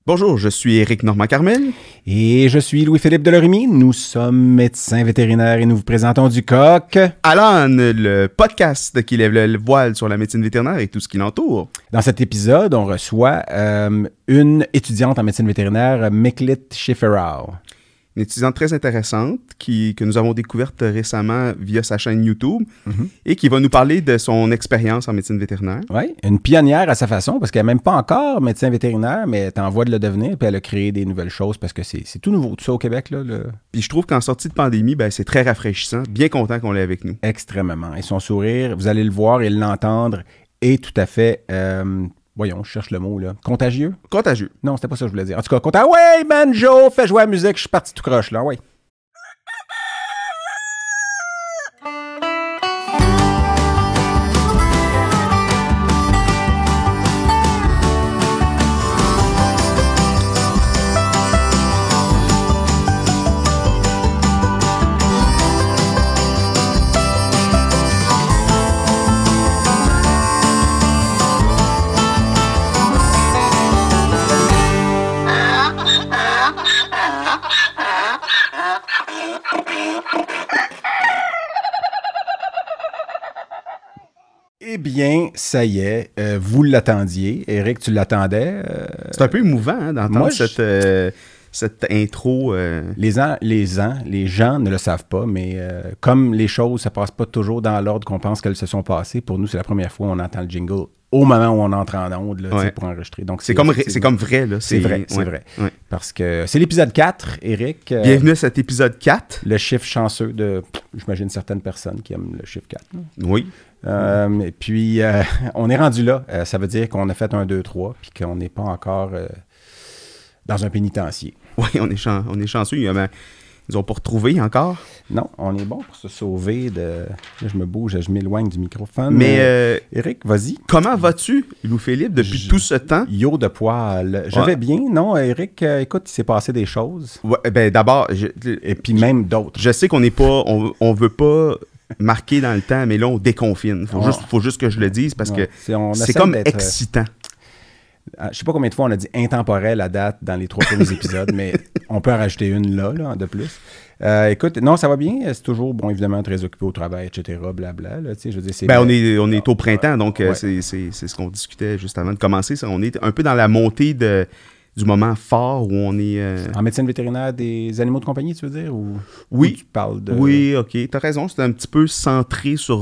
Bonjour, je suis Éric Normand-Carmel. Et je suis Louis-Philippe Delorimier. Nous sommes médecins vétérinaires et nous vous présentons du coq à l'âne, le podcast qui lève le voile sur la médecine vétérinaire et tout ce qui l'entoure. Dans cet épisode, on reçoit une étudiante en médecine vétérinaire, Miklit Schifferau. Une étudiante très intéressante que nous avons découverte récemment via sa chaîne YouTube et qui va nous parler de son expérience en médecine vétérinaire. Oui, une pionnière à sa façon parce qu'elle n'est même pas encore médecin vétérinaire, mais elle est en voie de le devenir puis elle a créé des nouvelles choses parce que c'est tout nouveau, tout ça au Québec. Là, Puis je trouve qu'en sortie de pandémie, c'est très rafraîchissant. Bien content qu'on l'ait avec nous. Extrêmement. Et son sourire, vous allez le voir et l'entendre, est tout à fait... voyons, je cherche le mot, là. Contagieux? Contagieux. Non, c'était pas ça que je voulais dire. En tout cas, contagieux. Ouais, banjo, fais jouer la musique, je suis parti tout croche, là, ouais. Eh bien, ça y est, vous l'attendiez. Éric, tu l'attendais. C'est un peu émouvant d'entendre cette intro. Les gens ne le savent pas, mais comme les choses ne se passent pas toujours dans l'ordre qu'on pense qu'elles se sont passées, pour nous, c'est la première fois qu'on entend le jingle au moment où on entre en onde là, pour enregistrer. Donc, c'est comme vrai. Là. C'est vrai. Ouais. Parce que c'est l'épisode 4, Éric. Bienvenue à cet épisode 4. Le chiffre chanceux de, j'imagine, certaines personnes qui aiment le chiffre 4. Là. Oui. Et puis, on est rendu là. Ça veut dire qu'on a fait 1, 2, 3, puis qu'on n'est pas encore dans un pénitencier. Oui, on est chanceux. Ils n'ont pas retrouvé encore. Non, on est bon pour se sauver de... Là, je me bouge, je m'éloigne du microphone. Mais Éric, vas-y. Comment vas-tu, Louis-Philippe, depuis tout ce temps? Yo de poil. Je vais bien, non, Éric? Écoute, il s'est passé des choses. Ouais, d'abord... Et puis même d'autres. Je sais qu'on n'est pas... On veut pas... marqué dans le temps, mais là, on déconfine. Faut juste que je le dise parce que c'est comme excitant. Je sais pas combien de fois on a dit intemporel à date dans les 3 premiers épisodes, mais on peut en rajouter une là de plus. Écoute, non, ça va bien. C'est toujours, bon, évidemment, très occupé au travail, etc., blabla. Là, je veux dire, on est au printemps, donc c'est ce qu'on discutait juste avant de commencer. On est un peu dans la montée du moment fort où on est... En médecine vétérinaire des animaux de compagnie, tu veux dire? Oui. Ou tu parles de... Oui, OK. T'as raison. C'est un petit peu centré sur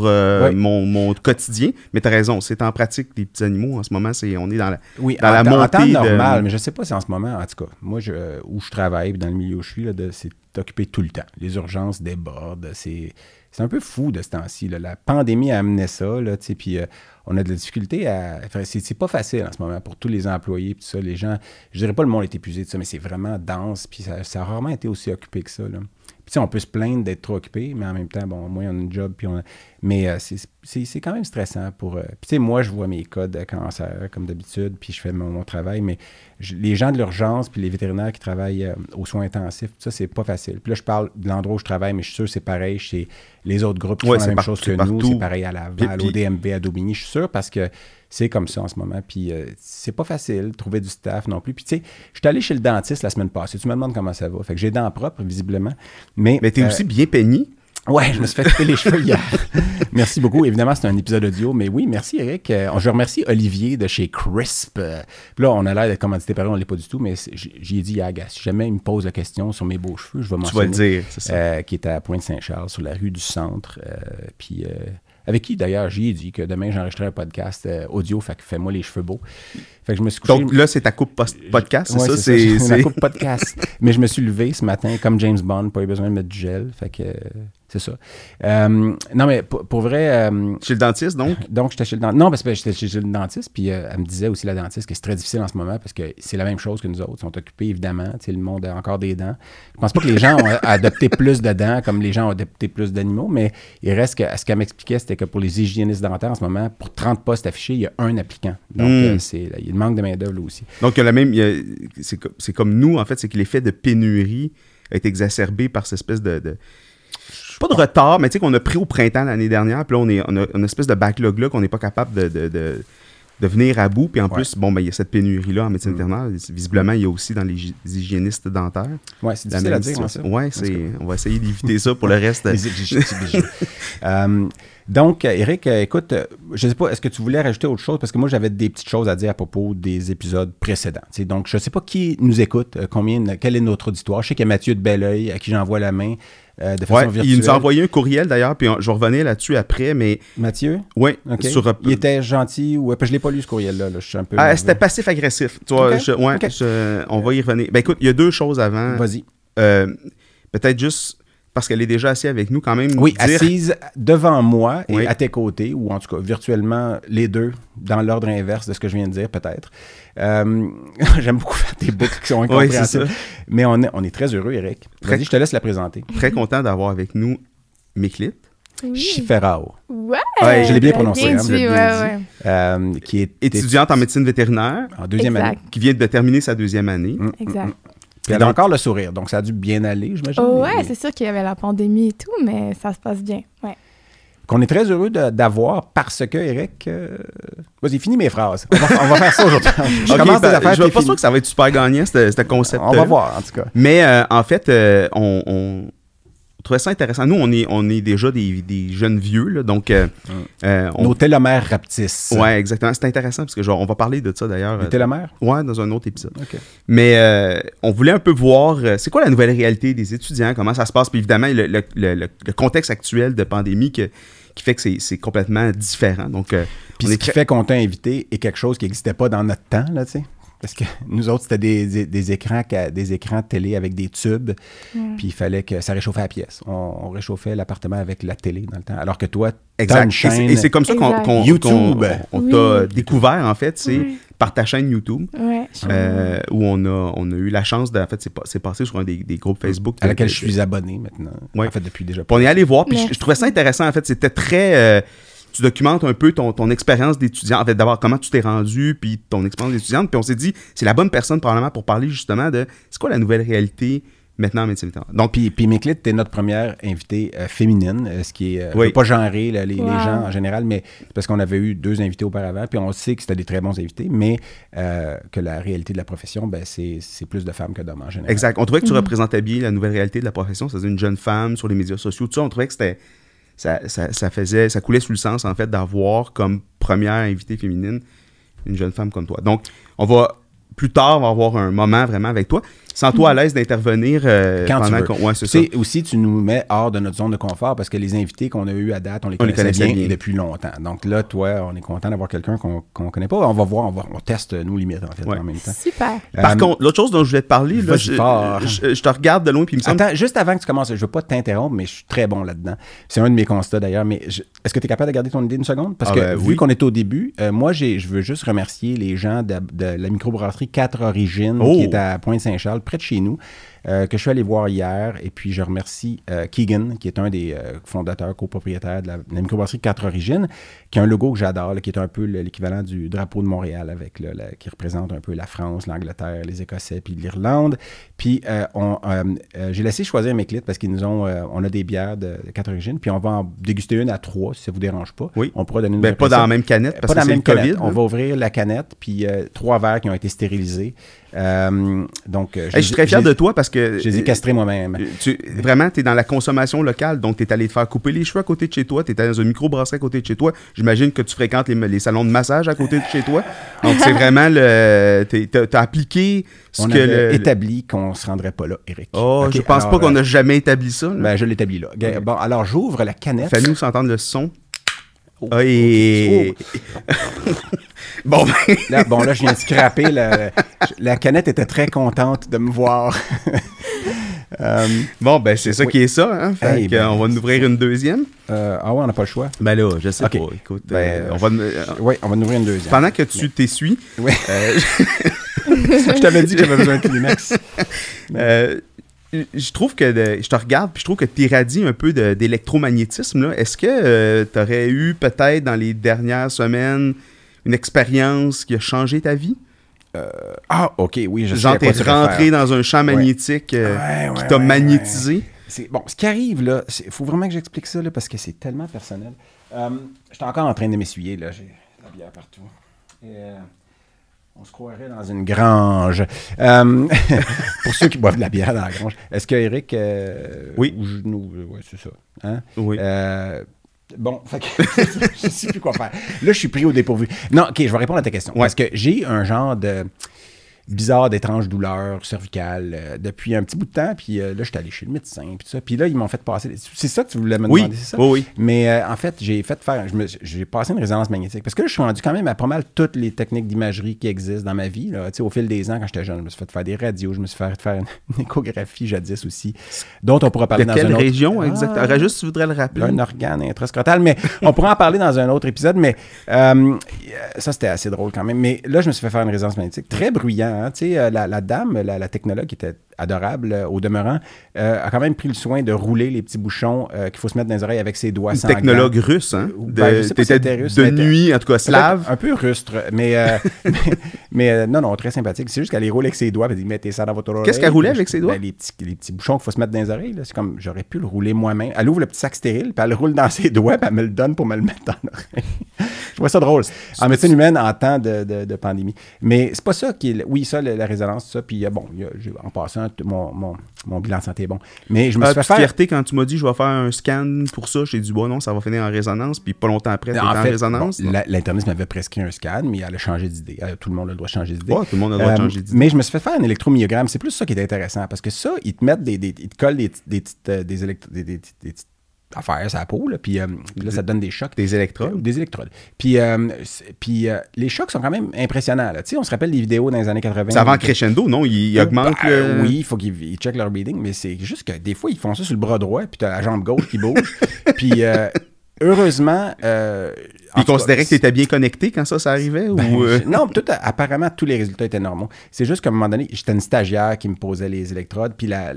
mon quotidien. Mais t'as raison. C'est en pratique des petits animaux. En ce moment, on est dans la montée en temps normal, mais je sais pas si en ce moment, en tout cas, moi, où je travaille, dans le milieu où je suis, là, c'est occupé tout le temps. Les urgences débordent. C'est un peu fou de ce temps-ci. Là. La pandémie a amené ça, là, puis on a de la difficulté à... C'est pas facile en ce moment pour tous les employés, puis tout ça. Les gens, je dirais pas le monde est épuisé de ça, mais c'est vraiment dense, puis ça a rarement été aussi occupé que ça, là. Puis on peut se plaindre d'être trop occupé, mais en même temps, bon, moi, on a une job, puis mais c'est quand même stressant pour... Puis tu sais, moi, je vois mes cas de cancer, comme d'habitude, puis je fais mon travail, mais les gens de l'urgence, puis les vétérinaires qui travaillent aux soins intensifs, tout ça, c'est pas facile. Puis là, je parle de l'endroit où je travaille, mais je suis sûr que c'est pareil chez les autres groupes qui font la même chose que nous. C'est pareil à Laval, au DMV, à Daubigny. Je suis sûr parce que c'est comme ça en ce moment. Puis c'est pas facile de trouver du staff non plus. Puis tu sais, je suis allé chez le dentiste la semaine passée. Tu me demandes comment ça va. Fait que j'ai les dents propres, visiblement. Mais t'es aussi bien peigné. Ouais, je me suis fait couper les cheveux hier. Merci beaucoup. Évidemment, c'est un épisode audio, mais oui, merci Éric. Je remercie Olivier de chez Crisp. Puis là, on a l'air d'être commandité par eux, on ne l'est pas du tout, mais j'ai dit à Agas, si jamais il me pose la question sur mes beaux cheveux, je vais mentionner. Tu vas le dire, c'est ça. Qui est à Pointe-Saint-Charles, sur la rue du Centre. Puis avec qui, d'ailleurs, j'ai dit que demain, j'enregistrerai un podcast audio, fait que fais-moi les cheveux beaux. Fait que je me suis couché... Donc là, c'est ta coupe podcast, c'est ça? C'est ma coupe podcast. Mais je me suis levé ce matin, comme James Bond, pas eu besoin de mettre du gel, fait que... C'est ça. Non, mais pour vrai... chez le dentiste, donc? Donc, j'étais chez le dentiste. Non, parce que j'étais chez le dentiste, puis elle me disait aussi, la dentiste, que c'est très difficile en ce moment parce que c'est la même chose que nous autres. Ils sont occupés, évidemment. Tu sais, le monde a encore des dents. Je pense pas que les gens ont adopté plus de dents comme les gens ont adopté plus d'animaux, mais il reste que ce qu'elle m'expliquait, c'était que pour les hygiénistes dentaires en ce moment, pour 30 postes affichés, il y a un appliquant. Donc, il y a une manque de main-d'œuvre là aussi. Donc, c'est comme nous, en fait, c'est que l'effet de pénurie est exacerbé par cette espèce de pas de retard, mais tu sais qu'on a pris au printemps l'année dernière, puis là, on a une espèce de backlog là qu'on n'est pas capable de venir à bout. Puis en plus, bon, ben, il y a cette pénurie-là en médecine vétérinaire. Visiblement, il y a aussi dans les hygiénistes dentaires. Oui, c'est difficile à dire, hein, ça. Oui, on va essayer d'éviter ça pour le reste. Donc, Éric, écoute, je ne sais pas, est-ce que tu voulais rajouter autre chose? Parce que moi, j'avais des petites choses à dire à propos des épisodes précédents. T'sais, donc, je ne sais pas qui nous écoute, quel est notre auditoire. Je sais qu'il y a Mathieu de Belleuil à qui j'envoie la main de façon virtuelle. Il nous a envoyé un courriel d'ailleurs, puis je vais revenir là-dessus après, mais... Mathieu? Oui. Okay. Il était gentil ou... Je ne l'ai pas lu, ce courriel-là. Là. Je suis un peu... C'était passif-agressif. Tu vois, on va y revenir. Ben écoute, il y a deux choses avant. Vas-y. Peut-être juste... Parce qu'elle est déjà assise avec nous quand même. Oui, assise devant moi et à tes côtés, ou en tout cas virtuellement les deux, dans l'ordre inverse de ce que je viens de dire, peut-être. J'aime beaucoup faire des boucles qui sont incompréhensibles. Mais on est très heureux, Éric. Vas-y, je te laisse la présenter. Très content d'avoir avec nous Miklit. Oui. Chiferao. Ouais, je l'ai bien prononcé. Bien dit, qui est étudiante en médecine vétérinaire. En deuxième année. Qui vient de terminer sa deuxième année. Exact. Puis elle a encore le sourire, donc ça a dû bien aller, j'imagine. C'est sûr qu'il y avait la pandémie et tout, mais ça se passe bien. Ouais. Qu'on est très heureux d'avoir parce que, Éric... Vas-y, finis mes phrases. On va faire ça aujourd'hui. Je commence des affaires. Je ne suis pas sûr que ça va être super gagnant, ce concept. On va voir, en tout cas. Mais en fait, on trouvait ça intéressant. Nous, on est déjà des jeunes vieux, là, donc... Nos télomères rapetissent. Oui, exactement. C'est intéressant parce que on va parler de ça d'ailleurs. Les télomères? Oui, dans un autre épisode. Okay. Mais on voulait un peu voir c'est quoi la nouvelle réalité des étudiants, comment ça se passe, puis évidemment le contexte actuel de pandémie qui fait que c'est complètement différent. Donc, puis ce qui fait qu'on t'a invité est quelque chose qui n'existait pas dans notre temps, là, tu sais. Parce que nous autres, c'était des écrans de télé avec des tubes, puis il fallait que ça réchauffait la pièce. On réchauffait l'appartement avec la télé dans le temps. Alors que toi, t'as une chaîne... Et c'est comme ça qu'on YouTube. On t'a découvert, en fait, c'est par ta chaîne YouTube, où on a eu la chance de... En fait, c'est passé sur un des groupes Facebook. À laquelle je suis abonné maintenant. En fait, depuis déjà. On est allé voir, puis je trouvais ça intéressant. En fait, c'était très... tu documentes un peu ton expérience d'étudiant. En fait, d'abord, comment tu t'es rendu, puis ton expérience d'étudiante. Puis on s'est dit, c'est la bonne personne probablement pour parler justement de c'est quoi la nouvelle réalité maintenant en médecine vétérinaire. Donc, puis Miklit, t'es notre première invitée féminine, ce qui est... Je veux pas genrer les gens en général, mais c'est parce qu'on avait eu 2 invités auparavant, puis on sait que c'était des très bons invités, mais que la réalité de la profession, ben, c'est plus de femmes que d'hommes en général. Exact. On trouvait que tu représentais bien la nouvelle réalité de la profession, c'est-à-dire une jeune femme sur les médias sociaux, tout ça. On trouvait que c'était... Ça coulait sous le sens, en fait, d'avoir comme première invitée féminine une jeune femme comme toi. Donc, plus tard, on va avoir un moment vraiment avec toi. Sens-toi à l'aise d'intervenir pendant qu'on... Ouais, c'est ça. Aussi, tu nous mets hors de notre zone de confort parce que les invités qu'on a eus à date, on les connaissait bien et depuis longtemps. Donc là, toi, on est content d'avoir quelqu'un qu'on ne connaît pas. On va voir, on teste nos limites, en fait, en même temps. Super. Par contre, l'autre chose dont je voulais te parler, là, je te regarde de loin, puis il me semble... Attends, juste avant que tu commences, je ne veux pas t'interrompre, mais je suis très bon là-dedans. C'est un de mes constats, d'ailleurs, mais est-ce que tu es capable de garder ton idée une seconde? Parce que vu qu'on est au début, moi, je veux juste remercier les gens de la microbrasserie 4 Origines, qui est à Pointe-Saint-Charles, près de chez nous. Que je suis allé voir hier, et puis je remercie Keegan, qui est un des fondateurs, copropriétaires de la microbrasserie 4 Origines, qui a un logo que j'adore, qui est un peu l'équivalent du drapeau de Montréal, qui représente un peu la France, l'Angleterre, les Écossais, puis l'Irlande. Puis j'ai laissé choisir mes clits parce qu'ils nous ont... on a des bières de 4 Origines, puis on va en déguster une à 3, si ça vous dérange pas. Oui. On pourra donner une pas dans la même canette, parce que c'est le COVID. On va ouvrir la canette, puis 3 verres qui ont été stérilisés. Donc, je suis très fier de toi parce que... Je les ai castrés moi-même. Vraiment, tu es dans la consommation locale, donc tu es allé te faire couper les cheveux à côté de chez toi, tu es dans une microbrasserie à côté de chez toi. J'imagine que tu fréquentes les salons de massage à côté de chez toi. Donc, c'est vraiment t'as appliqué ce que... établi qu'on se rendrait pas là, Éric. Oh, okay, je pense pas qu'on a jamais établi ça. Ben, je l'établis là. Okay. Bon, alors, j'ouvre la canette. Fais-nous s'entendre le son. Bon, là, je viens de scraper. La canette était très contente de me voir. Bon, ben, c'est ça qui est ça. Hein? Fait on va en ouvrir une deuxième. Ah ouais, on n'a pas le choix. Ben là, je sais pas. Écoute, on va en ouvrir une deuxième. Pendant que tu t'essuies. Oui. Je t'avais dit que j'avais besoin de Kleenex. Je trouve que je te regarde puis je trouve que tu irradies un peu d'électromagnétisme. Là. Est-ce que tu aurais eu peut-être dans les dernières semaines une expérience qui a changé ta vie? OK, oui, je sais. Genre, t'es rentré dans un champ magnétique qui t'a magnétisé. Bon, ce qui arrive, là, il faut vraiment que j'explique ça, là, parce que c'est tellement personnel. J'étais encore en train de m'essuyer, là. J'ai la bière partout. On se croirait dans une grange. Pour ceux qui boivent de la bière dans la grange. Est-ce que Eric... Oui. Oui, c'est ça. Hein? Oui. Bon, fait que je ne sais plus quoi faire. Là, je suis pris au dépourvu. Non, OK, je vais répondre à ta question. Ouais. Parce que j'ai un genre de bizarre, d'étranges douleurs cervicales depuis un petit bout de temps. Puis là, je suis allé chez le médecin. Puis ça. Puis là, ils m'ont fait passer... C'est ça que tu voulais me demander, c'est ça? Oui. Mais en fait, j'ai passé une résonance magnétique. Parce que là, je suis rendu quand même à pas mal toutes les techniques d'imagerie qui existent dans ma vie. Là. Au fil des ans, quand j'étais jeune, je me suis fait faire des radios, je me suis fait faire une échographie jadis aussi, dont on pourra parler de dans une autre... région, exactement? Juste, tu voudrais le rappeler. Un organe intrascrotal, mais on pourra en parler dans un autre épisode. Mais ça, c'était assez drôle quand même. Mais là, je me suis fait faire une résonance magnétique. Très bruyant. Hein? La dame, la technologue qui était adorable au demeurant, a quand même pris le soin de rouler les petits bouchons qu'il faut se mettre dans les oreilles avec ses doigts sanglants. Technologue russe, hein? Je sais pas si c'était russe. De nuit, en tout cas slave. Un peu rustre, mais non, très sympathique. C'est juste qu'elle les roule avec ses doigts, elle dit mettez ça dans votre oreille. Qu'est-ce qu'elle roulait avec ses doigts? Les petits bouchons qu'il faut se mettre dans les oreilles. Là. C'est comme, j'aurais pu le rouler moi-même. Elle ouvre le petit sac stérile, puis elle le roule dans ses doigts, puis elle me le donne pour me le mettre dans l'oreille. Je vois ça drôle. En médecine humaine, en temps de pandémie. Mais c'est pas ça qui est... Oui, ça, la résonance, ça. Puis bon, en passant, mon bilan de santé est bon. Mais je me suis fait faire... fierté quand tu m'as dit je vais faire un scan pour ça. J'ai dit bon non, ça va finir en résonance. Puis pas longtemps après, t'es en résonance. Bon, l'interniste m'avait prescrit un scan, mais elle a changé d'idée. Tout le monde a le droit de changer d'idée. Ouais, tout le monde a le droit de changer d'idée. Mais je me suis fait faire un électromyogramme. C'est plus ça qui est intéressant. Parce que ça, ils te mettent ils te collent des petites affaires sur la peau, là, puis là, ça te donne des chocs. Des électrodes? Des électrodes. Puis les chocs sont quand même impressionnants. Tu sais, on se rappelle les vidéos dans les années 80. Ça va en crescendo, non? Ils augmentent Oui, il faut qu'ils checkent leur reading, mais c'est juste que des fois, ils font ça sur le bras droit, puis tu as la jambe gauche qui bouge. Puis heureusement... Ils considéraient que tu étais bien connecté quand ça arrivait? Non, apparemment, tous les résultats étaient normaux. C'est juste qu'à un moment donné, j'étais une stagiaire qui me posait les électrodes, puis la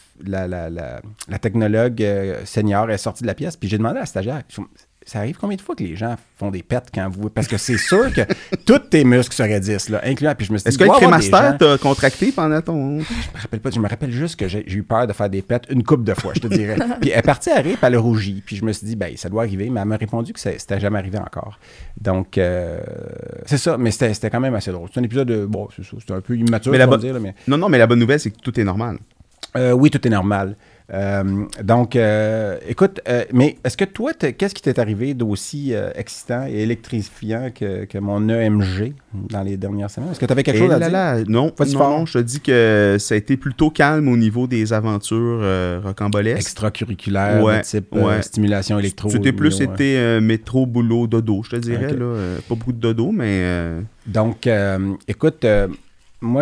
technologue senior est sortie de la pièce, puis j'ai demandé à la stagiaire, ça arrive combien de fois que les gens font des pets quand vous... Parce que c'est sûr que tous tes muscles se raidissent, là, incluant... Puis je me suis dit, est-ce que le crémaster t'a contracté pendant ton... Je me rappelle juste que j'ai eu peur de faire des pets une couple de fois, je te dirais. Puis elle est partie à rire, puis elle a rougi. Puis je me suis dit, ben ça doit arriver, mais elle m'a répondu que c'était jamais arrivé encore. Donc, c'est ça, mais c'était quand même assez drôle. C'est un épisode de... Bon, c'est ça, c'était un peu immature, mais dire, là, mais... Non, mais la bonne nouvelle, c'est que tout est normal. Oui, tout est normal. Donc, écoute, mais est-ce que toi, qu'est-ce qui t'est arrivé d'aussi excitant et électrifiant que mon EMG dans les dernières semaines? Est-ce que tu avais quelque chose à dire? Non, je te dis que ça a été plutôt calme au niveau des aventures rocambolesques. Extracurriculaires, de type stimulation électro. C'était plus été métro, boulot, dodo, je te dirais. Okay. Là, pas beaucoup de dodo, mais... Donc, écoute, moi,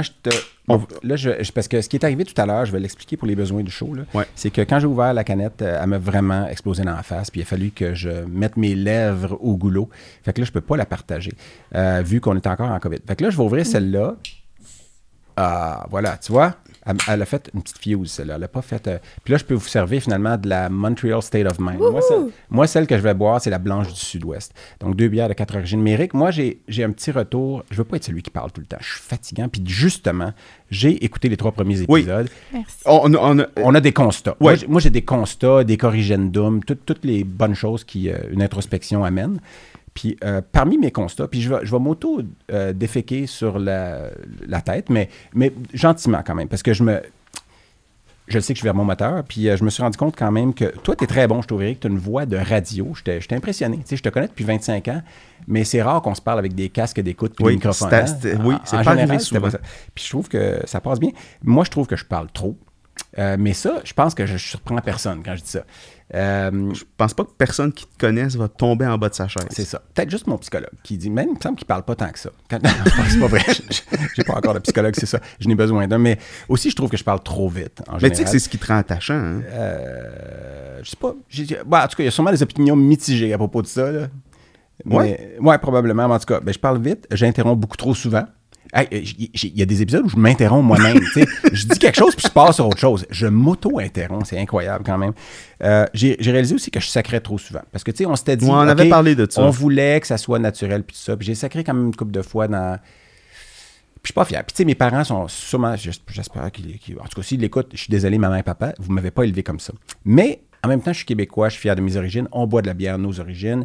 parce que ce qui est arrivé tout à l'heure, je vais l'expliquer pour les besoins du show, là, c'est que quand j'ai ouvert la canette, elle m'a vraiment explosé dans la face, puis il a fallu que je mette mes lèvres au goulot. Fait que là, je peux pas la partager, vu qu'on est encore en COVID. Fait que là, je vais ouvrir celle-là. Voilà, tu vois, elle a fait une petite fuse, celle-là. Elle a pas fait... Puis là, je peux vous servir finalement de la Montreal State of Mind. Moi, celle que je vais boire, c'est la Blanche du Sud-Ouest. Donc, 2 bières de 4 origines. Mais Eric, moi, j'ai un petit retour. Je veux pas être celui qui parle tout le temps. Je suis fatigant. Puis justement, j'ai écouté les 3 premiers épisodes. Merci. On a des constats. Ouais. Moi, j'ai des constats, des corrigendums, toutes les bonnes choses qu'une introspection amène. Puis parmi mes constats, puis je vais m'auto-déféquer sur la tête, mais gentiment quand même, parce que je sais que je suis vers mon moteur, puis je me suis rendu compte quand même que toi, tu es très bon, je trouverais que tu as une voix de radio. J'étais impressionné. Tu sais, je te connais depuis 25 ans, mais c'est rare qu'on se parle avec des casques d'écoute puis des microphones. Oui, c'est pas arrivé souvent. Puis je trouve que ça passe bien. Moi, je trouve que je parle trop. Mais ça, je pense que je surprends personne quand je dis ça. Je pense pas que personne qui te connaisse va tomber en bas de sa chaise. C'est ça. Peut-être juste mon psychologue qui dit, même il me semble qu'il parle pas tant que ça. C'est pas vrai. J'ai pas encore de psychologue, c'est ça. Je n'ai besoin d'un. Mais aussi, je trouve que je parle trop vite. Mais tu sais que c'est ce qui te rend attachant. Hein? Je sais pas. En tout cas, il y a sûrement des opinions mitigées à propos de ça. Là. Ouais, probablement. Mais en tout cas, je parle vite. J'interromps beaucoup trop souvent. Il y a des épisodes où je m'interromps moi-même. Je dis quelque chose puis je passe sur autre chose. Je m'auto-interromps. C'est incroyable quand même. J'ai réalisé aussi que je sacrais trop souvent. Parce que, tu sais, on s'était dit... on avait parlé de ça. On voulait que ça soit naturel puis tout ça. Puis j'ai sacré quand même une couple de fois dans... Puis je suis pas fier. Puis tu sais, mes parents sont sûrement... J'espère qu'ils... En tout cas, s'ils l'écoutent, je suis désolé, maman et papa, vous m'avez pas élevé comme ça. Mais... En même temps, je suis québécois, je suis fier de mes origines. On boit de la bière, nos origines.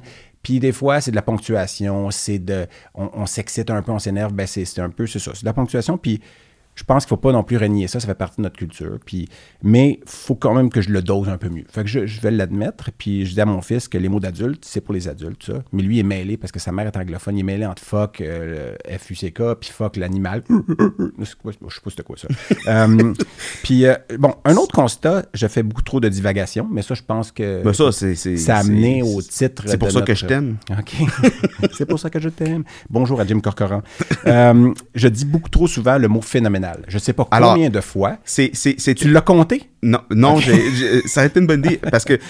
Puis des fois, c'est de la ponctuation, on s'excite un peu, on s'énerve, ben c'est un peu, c'est ça, c'est de la ponctuation, puis je pense qu'il ne faut pas non plus renier ça fait partie de notre culture. Mais il faut quand même que je le dose un peu mieux. Fait que je vais l'admettre. Puis je dis à mon fils que les mots d'adulte, c'est pour les adultes, ça. Mais lui est mêlé parce que sa mère est anglophone. Il est mêlé entre fuck, F-U-C-K, puis fuck l'animal. Je ne sais pas c'était quoi ça. Bon, un autre constat, je fais beaucoup trop de divagations, mais ça, je pense que Ben ça a amené au titre. C'est pour ça que je t'aime. OK. C'est pour ça que je t'aime. Bonjour à Jim Corcoran. Je dis beaucoup trop souvent le mot phénoménal. Je ne sais pas combien de fois. Tu l'as compté? Non, okay. Ça a été une bonne idée parce que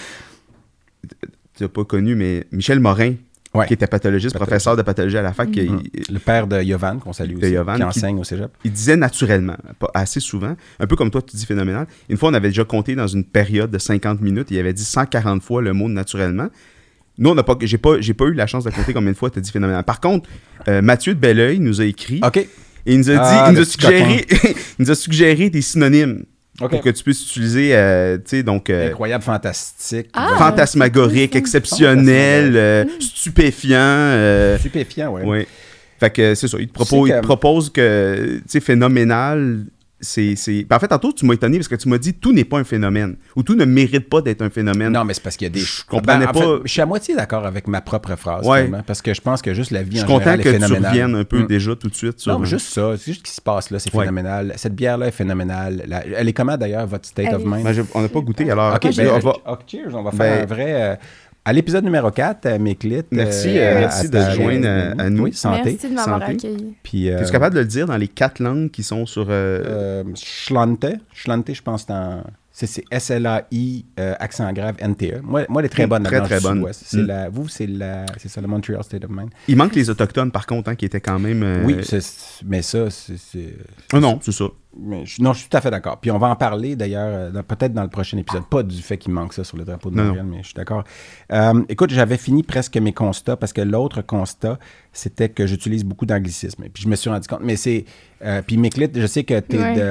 tu n'as pas connu, mais Michel Morin, qui était pathologiste, professeur de pathologie à la fac. Le père de Yovan, qu'on salue aussi, qui enseigne au cégep. Il disait naturellement, pas assez souvent, un peu comme toi, tu dis phénoménal. Une fois, on avait déjà compté dans une période de 50 minutes, il avait dit 140 fois le mot naturellement. Nous, j'ai pas eu la chance de compter combien de fois tu as dit phénoménal. Par contre, Mathieu de Belleuil nous a écrit. OK. Et il nous a nous a suggéré des synonymes pour que tu puisses utiliser, tu sais, donc... incroyable, fantastique. Fantasmagorique, exceptionnel, stupéfiant. Stupéfiant, oui. Ouais. Fait que c'est ça, il te propose que, tu sais, phénoménal... Ben en fait, tantôt, tu m'as étonné parce que tu m'as dit tout n'est pas un phénomène ou tout ne mérite pas d'être un phénomène. Non, mais c'est parce qu'il y a des... Je comprenais pas... Fait, je suis à moitié d'accord avec ma propre phrase, finalement, parce que je pense que juste la vie en Je général est suis content que phénoménale. tu reviennes un peu déjà tout de suite. Non, mais juste ça. C'est juste ce qui se passe là, c'est phénoménal. Cette bière-là est phénoménale. Elle est comment, d'ailleurs, votre state of mind? Ben, on n'a pas goûté, alors... OK, cheers, on va faire un vrai... À l'épisode numéro 4, Méclit. Merci de te joindre à nous. Oui, santé. Merci de m'avoir accueilli. Es-tu capable de le dire dans les 4 langues qui sont sur... Schlante, je pense, c'est S-L-A-I, accent grave, N-T-E. Moi, elle est très bonne. Très bonne. C'est ça, le Montreal State of Mind. Il manque les Autochtones, par contre, qui étaient quand même... Oui, mais ça, c'est... non, c'est ça. Je suis tout à fait d'accord. Puis on va en parler, d'ailleurs, peut-être dans le prochain épisode. Pas du fait qu'il manque ça sur le drapeau de Montréal, mais je suis d'accord. Écoute, j'avais fini presque mes constats, parce que l'autre constat, c'était que j'utilise beaucoup d'anglicisme. Puis je me suis rendu compte. Mais c'est... puis Méclit, je sais que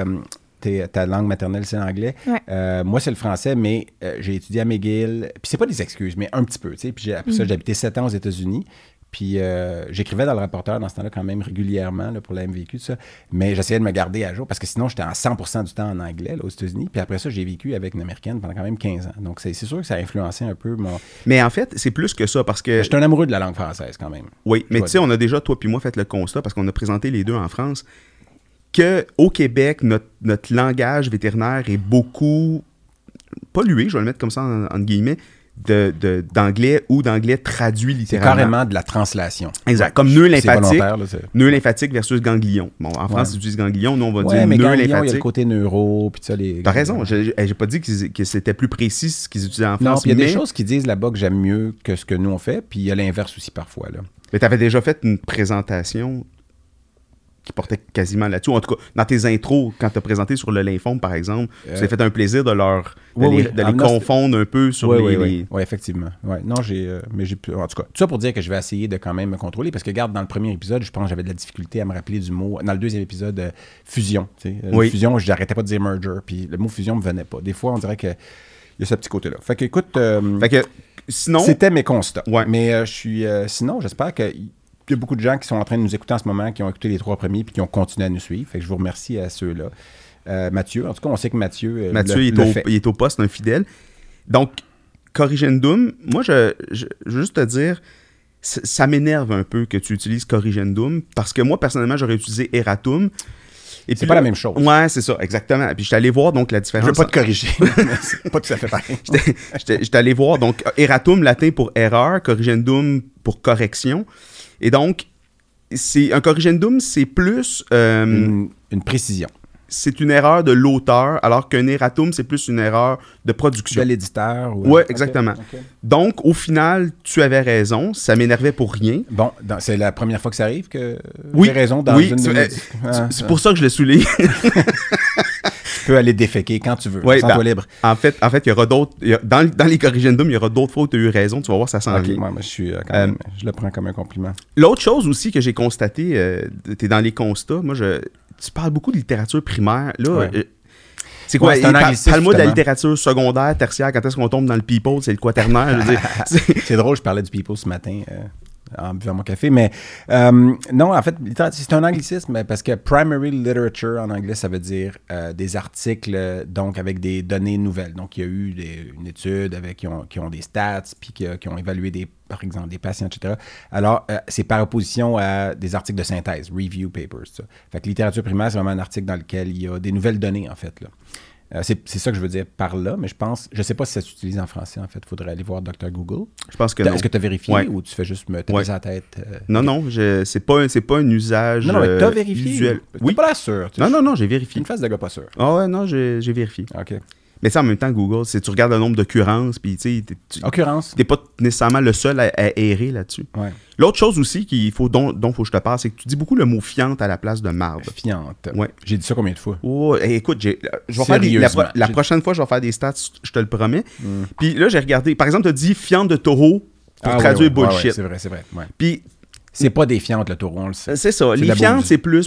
ta langue maternelle, c'est l'anglais. Ouais. Moi, c'est le français, mais j'ai étudié à McGill. Puis c'est pas des excuses, mais un petit peu, tu sais. Puis après ça, j'ai habité 7 ans aux États-Unis. Puis j'écrivais dans le Rapporteur dans ce temps-là quand même régulièrement là, pour la MVQ, tout ça. Mais j'essayais de me garder à jour parce que sinon, j'étais à 100% du temps en anglais là, aux États-Unis. Puis après ça, j'ai vécu avec une Américaine pendant quand même 15 ans. Donc c'est sûr que ça a influencé un peu mon... Mais en fait, c'est plus que ça parce que... J'étais un amoureux de la langue française quand même. Oui, mais tu sais, on a déjà, toi puis moi, fait le constat parce qu'on a présenté les deux en France qu'au Québec, notre langage vétérinaire est beaucoup pollué, je vais le mettre comme ça entre guillemets, d'anglais ou d'anglais traduit littéralement. C'est carrément de la translation. Exact. Ouais, comme nœud lymphatique. Nœud lymphatique versus ganglion. Bon, en France, ils utilisent ganglion. Nous, on va dire mais nœud lymphatique. lymphatique. Il y a le côté neuro. Puis ça, T'as raison. J'ai pas dit que c'était plus précis ce qu'ils utilisaient en France. Non, puis il y a des choses qu'ils disent là-bas que j'aime mieux que ce que nous on fait. Puis il y a l'inverse aussi parfois. Là. Mais t'avais déjà fait une présentation qui portait quasiment là-dessus. En tout cas, dans tes intros, quand tu as présenté sur le lymphome, par exemple, tu t'es fait un plaisir de les confondre un peu sur les... Oui, effectivement. Ouais. Non, mais j'ai pu... En tout cas, tout ça pour dire que je vais essayer de quand même me contrôler, parce que, regarde, dans le premier épisode, je pense que j'avais de la difficulté à me rappeler du mot. Dans le deuxième épisode, fusion. Fusion, j'arrêtais pas de dire merger, puis le mot fusion me venait pas. Des fois, on dirait qu'il y a ce petit côté-là. Fait que, écoute... sinon... C'était mes constats. Ouais. Mais je suis... sinon, j'espère que... Il y a beaucoup de gens qui sont en train de nous écouter en ce moment, qui ont écouté les 3 premiers puis qui ont continué à nous suivre. Fait que je vous remercie à ceux-là. Mathieu, en tout cas, on sait que Mathieu il est au poste, un fidèle. Donc, corrigendum, moi, je veux juste te dire, ça m'énerve un peu que tu utilises corrigendum parce que moi, personnellement, j'aurais utilisé eratum. Et c'est pas la même chose. Ouais, c'est ça, exactement. Puis j'étais allé voir donc la différence. Je veux pas te corriger, mais c'est pas tout à fait pareil. J'étais allé voir donc eratum, latin pour erreur, corrigendum pour correction. Et donc, un corrigendum, c'est plus... une précision. C'est une erreur de l'auteur, alors qu'un erratum, c'est plus une erreur de production. De l'éditeur. Oui, exactement. Okay. Donc, au final, tu avais raison. Ça m'énervait pour rien. Bon, c'est la première fois que ça arrive que j'ai raison dans une de c'est pour ça que je le souligne. Tu peux aller déféquer quand tu veux. Sens-toi libre. En fait, il y aura d'autres... Dans les corrigendums, il y aura d'autres fois où tu as eu raison. Tu vas voir, ça s'en vient. Moi, je le prends comme un compliment. L'autre chose aussi que j'ai constaté, tu es dans les constats, moi, tu parles beaucoup de littérature primaire. Là, C'est quoi? Ouais, c'est un anglicisme, Parle-moi de la justement. littérature secondaire, tertiaire. Quand est-ce qu'on tombe dans le people? C'est le quaternaire. Je veux dire. C'est drôle, je parlais du people ce matin en buvant mon café, mais non, en fait, c'est un anglicisme parce que primary literature en anglais, ça veut dire des articles donc avec des données nouvelles. Donc, il y a eu une étude qui ont des stats puis qui ont évalué par exemple, des patients, etc. Alors, c'est par opposition à des articles de synthèse, review papers. Ça. Fait que littérature primaire, c'est vraiment un article dans lequel il y a des nouvelles données, en fait, là. C'est ça que je veux dire par là, mais je sais pas si ça s'utilise en français, en fait. Il faudrait aller voir Dr. Google. Je pense que non. Est-ce que tu as vérifié Ouais. ou tu fais juste me taper la tête? Non, c'est pas un usage Non, mais tu as vérifié. visuel. Tu Oui. pas l'air sûr. Non, j'ai C'est vérifié. une phase de gars pas sûr. Ah ouais, non, j'ai vérifié. OK. Mais ça, en même temps, Google, tu regardes le nombre d'occurrences, puis tu sais, Occurrence. t'es pas nécessairement le seul à errer là-dessus. Ouais. L'autre chose aussi dont faut que je te parle, c'est que tu dis beaucoup le mot fiante à la place de marde. Fiante. Ouais. J'ai dit ça combien de fois? Oh, écoute, je vais faire Sérieusement. la prochaine fois, je vais faire des stats, je te le promets. Puis là, j'ai regardé, par exemple, tu as dit fiante de taureau pour traduire ouais, bullshit. ouais, c'est vrai. Ouais. Puis C'est pas des fiantes, le taureau, on le sait. c'est ça. C'est de Les la fiantes, bouse. c'est plus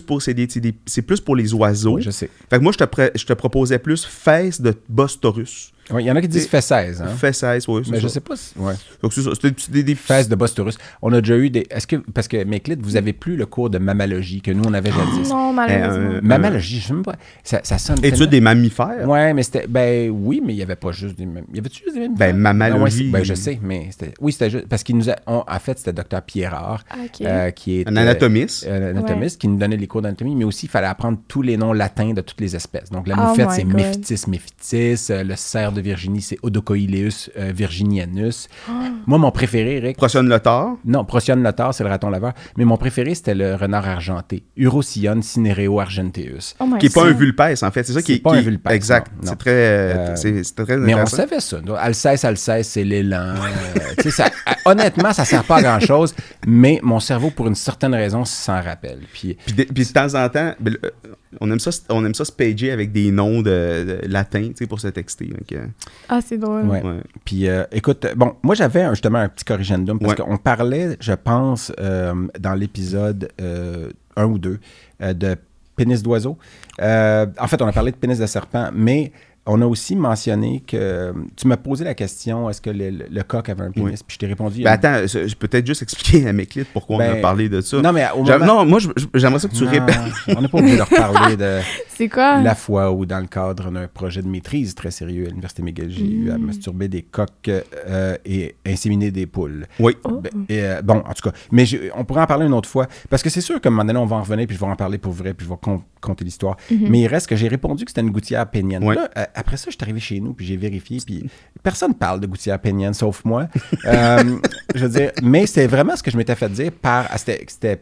pour les oiseaux. Oui, je sais. Fait que moi, je te proposais plus fesses de Bos taurus. Ouais, il y en a qui disent fesses, hein? Fesses, oui. Mais je sais pas si... Ouais. Donc, c'est ça. C'était des Fesses de Bostorus. On a déjà eu des... Est-ce que... Parce que, Méclite, vous avez plus le cours de mammalogie que nous, on avait jadis. Non, malheureusement. Mammalogie, je sais même pas... Ça sonne... études des mammifères. Ouais, mais c'était... Ben oui, mais il n'y avait pas juste des... Y avait-tu juste des mammifères? Ben, mammalogie. Non, ouais, je sais, mais c'était... Oui, c'était juste... Parce qu'il nous a... En fait, c'était Dr. Pierrard, OK. qui est... Un anatomiste. Un anatomiste qui nous donnait les cours d'anatomie, mais aussi, il fallait apprendre tous les noms latins de toutes les espèces. Donc, la Oh moufette, my c'est God. Mephitis, le cerf de Virginie, c'est Odocoileus virginianus. Moi, mon préféré, Eric... Procyon Lothar. Non, Procyon Lothar, c'est le raton laveur. Mais mon préféré, c'était le renard argenté. Urocyon cinereo argenteus. Oh my Qui n'est pas God. un vulpès, en fait. C'est ça qui C'est est. pas un vulpès, Exact. non. C'est très. C'est très Mais on intéressant. savait ça. Alcès, c'est l'élan. Tu sais, honnêtement, ça sert pas à grand-chose, mais mon cerveau, pour une certaine raison, s'en rappelle. Puis Puis de temps en temps, on aime ça se pager avec des noms de latins, tu sais, pour se texter. Donc, Ah, c'est drôle. ouais. ouais. Puis, écoute, bon, moi, j'avais justement un petit corrigendum parce Ouais. qu'on parlait, je pense, dans l'épisode 1 ou 2 de pénis d'oiseau. En fait, on a parlé de pénis de serpent, mais on a aussi mentionné que tu m'as posé la question, est-ce que le coq avait un pénis? Oui. Puis je t'ai répondu... Ben attends, je peux peut-être juste expliquer à mes clips pourquoi on a parlé de ça. Non, mais au moment... Non, moi, j'aimerais ça que tu Non, répètes. on n'est pas obligé de reparler de C'est quoi? la fois où, dans le cadre d'un projet de maîtrise très sérieux à l'Université McGill, j'ai eu à masturber des coqs et inséminer des poules. Oui. Oh. Bon, en tout cas, mais on pourrait en parler une autre fois, parce que c'est sûr qu'à un moment donné, on va en revenir, puis je vais en parler pour vrai, puis je vais compter l'histoire. Mais il reste que j'ai répondu que c'était une gouttière pénienne. Ouais. Là, après ça, je suis arrivé chez nous, puis j'ai vérifié, puis personne ne parle de gouttière pénienne, sauf moi. Je veux dire, mais c'est vraiment ce que je m'étais fait dire par... C'était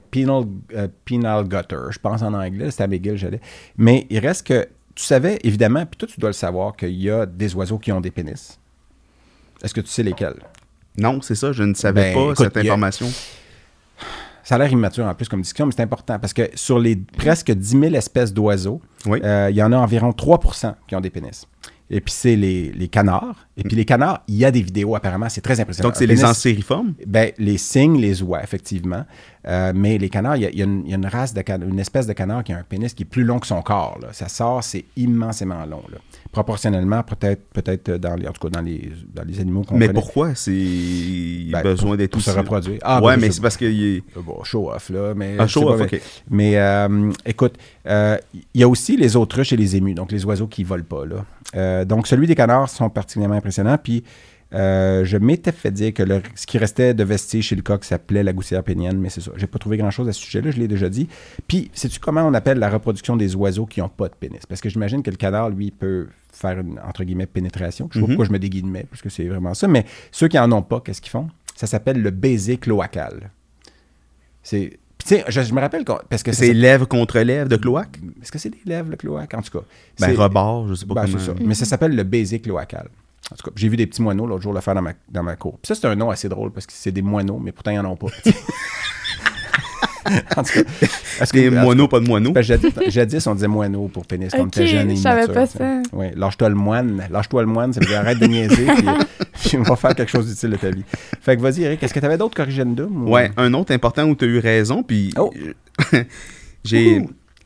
penal gutter, je pense en anglais, c'était à McGill, j'allais. Mais il reste que tu savais, évidemment, puis toi, tu dois le savoir, qu'il y a des oiseaux qui ont des pénis. Est-ce que tu sais lesquels? Non, c'est ça, je ne savais Ben, pas écoute, cette information. Ça a l'air immature en plus comme discussion, mais c'est important parce que sur les presque 10 000 espèces d'oiseaux, Oui. il y en a environ 3% qui ont des pénis. Et puis, c'est les canards. Et puis, les canards, il y a des vidéos apparemment, c'est très impressionnant. Donc, c'est Un les pénis, ancériformes. ben, les cygnes les oies, effectivement. Mais les canards, il y a une race une espèce de canard qui a un pénis qui est plus long que son corps. Là. Ça sort, c'est immensément long. Là. Proportionnellement, peut-être dans les, en tout cas dans les animaux qu'on Mais connaît. pourquoi c'est besoin d'être pour se aussi- reproduire. Ouais, ben, mais je- c'est parce qu'il est. Bon, show-off, là. Mais, Ah, je sais show-off, pas, OK. Mais écoute, il y a aussi les autruches et les émus, donc les oiseaux qui volent pas, là. Donc, celui des canards sont particulièrement impressionnants. Puis, je m'étais fait dire que ce qui restait de vestige chez le coq s'appelait la gouttière pénienne, mais c'est ça. J'ai pas trouvé grand-chose à ce sujet-là, je l'ai déjà dit. Puis, sais-tu comment on appelle la reproduction des oiseaux qui n'ont pas de pénis? Parce que j'imagine que le canard, lui, peut faire une, entre guillemets, pénétration. Je sais pas pourquoi je me déguise, parce que c'est vraiment ça. Mais ceux qui en ont pas, qu'est-ce qu'ils font? Ça s'appelle le baiser cloacal. C'est... Tu sais, je me rappelle parce que C'est lèvre contre lèvre de cloaque? est-ce que c'est des lèvres, le cloaque? En tout cas. Ben, c'est- rebord, je sais pas ben, comment. c'est ça. Mais ça s'appelle le baiser cloacal. En tout cas, j'ai vu des petits moineaux l'autre jour le faire dans ma cour. Puis ça, c'est un nom assez drôle parce que c'est des moineaux, mais pourtant, ils n'en ont pas. En tout cas, est-ce Des moineaux, pas de moineaux. ben, jadis, on disait moineau pour pénis quand on Ok, était jeune et je savais immature, pas tu sais. ça. Oui, lâche-toi le moine, ça veut dire arrête de niaiser, puis on va faire quelque chose d'utile de ta vie. Fait que vas-y, Eric, est-ce que tu avais d'autres corrigendum? Ouais, un autre important où tu as eu raison, puis Oh. j'ai... Ouh.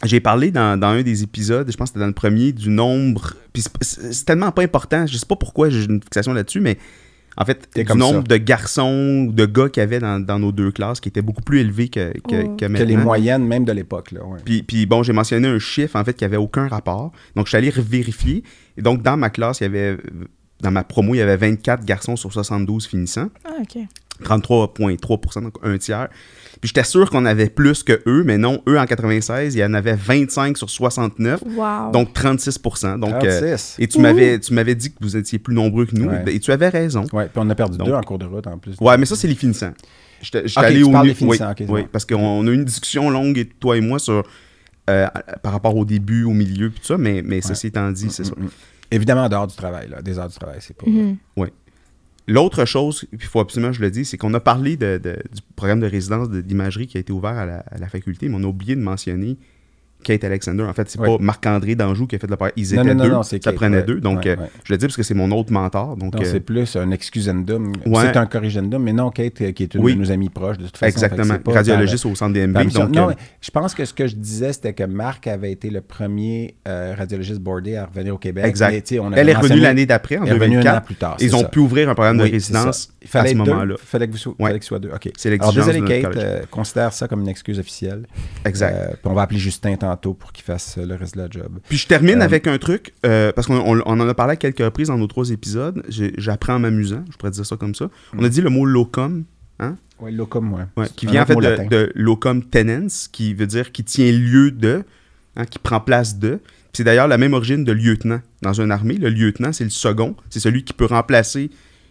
j'ai parlé dans un des épisodes, je pense que c'était dans le premier, du nombre... Puis c'est tellement pas important, je sais pas pourquoi j'ai une fixation là-dessus, mais en fait, du nombre de garçons ou de gars qu'il y avait dans nos deux classes qui était beaucoup plus élevé que maintenant. Que les moyennes même de l'époque. Là, ouais. Puis bon, j'ai mentionné un chiffre, en fait, qui avait aucun rapport. Donc, je suis allé vérifier. Et donc, dans ma classe, dans ma promo, il y avait 24 garçons sur 72 finissants. Ah, OK. 33,3%, donc un tiers. Puis j'étais sûr qu'on avait plus que eux, mais non, eux en 96, il y en avait 25 sur 69, Wow. donc 36%. Donc, 36. Et tu m'avais dit que vous étiez plus nombreux que nous, et tu avais raison. Oui, puis on a perdu 2 en cours de route en plus. Ouais, mais ça, c'est les finissants. J'étais allé tu au parles des finissants, oui, parce qu'on a eu une discussion longue, toi et moi, sur par rapport au début, au milieu, puis tout ça, mais ceci étant dit, c'est ça. Évidemment, en dehors du travail, là, des heures du travail, c'est pas... Oui. L'autre chose, il faut absolument que je le dise, c'est qu'on a parlé du programme de résidence d'imagerie qui a été ouvert à la faculté, mais on a oublié de mentionner Kate Alexander. En fait, c'est pas Marc-André d'Anjou qui a fait le programme. Ils étaient deux, ça prenait deux. Donc, je le dis parce que c'est mon autre mentor. Donc, c'est plus un excusendum. C'est un corrigendum, mais non, Kate, qui est une de nos amies proches, de toute façon. Exactement. Radiologiste au centre DMB. Non, je pense que ce que je disais, c'était que Marc avait été le premier radiologiste boardé à revenir au Québec. Exact. Elle est revenue l'année d'après, en 2004. Un an plus tard. Ils ont pu ouvrir un programme de résidence à ce moment-là. Il fallait que ce soit deux. OK. C'est l'exigence. Alors, désolé, Kate, considère ça comme une excuse officielle. Exact. Puis on va appeler Justin tantôt pour qu'il fasse le reste de la job. Puis je termine avec un truc, parce qu'on en a parlé à quelques reprises dans nos 3 épisodes. J'apprends en m'amusant, je pourrais dire ça comme ça. On a dit le mot locum, hein? Oui, locum, oui. Qui vient en fait de locum tenens, qui veut dire qui tient lieu de, hein, qui prend place de. Puis c'est d'ailleurs la même origine de lieutenant. Dans une armée, le lieutenant, c'est le second, c'est celui qui peut remplacer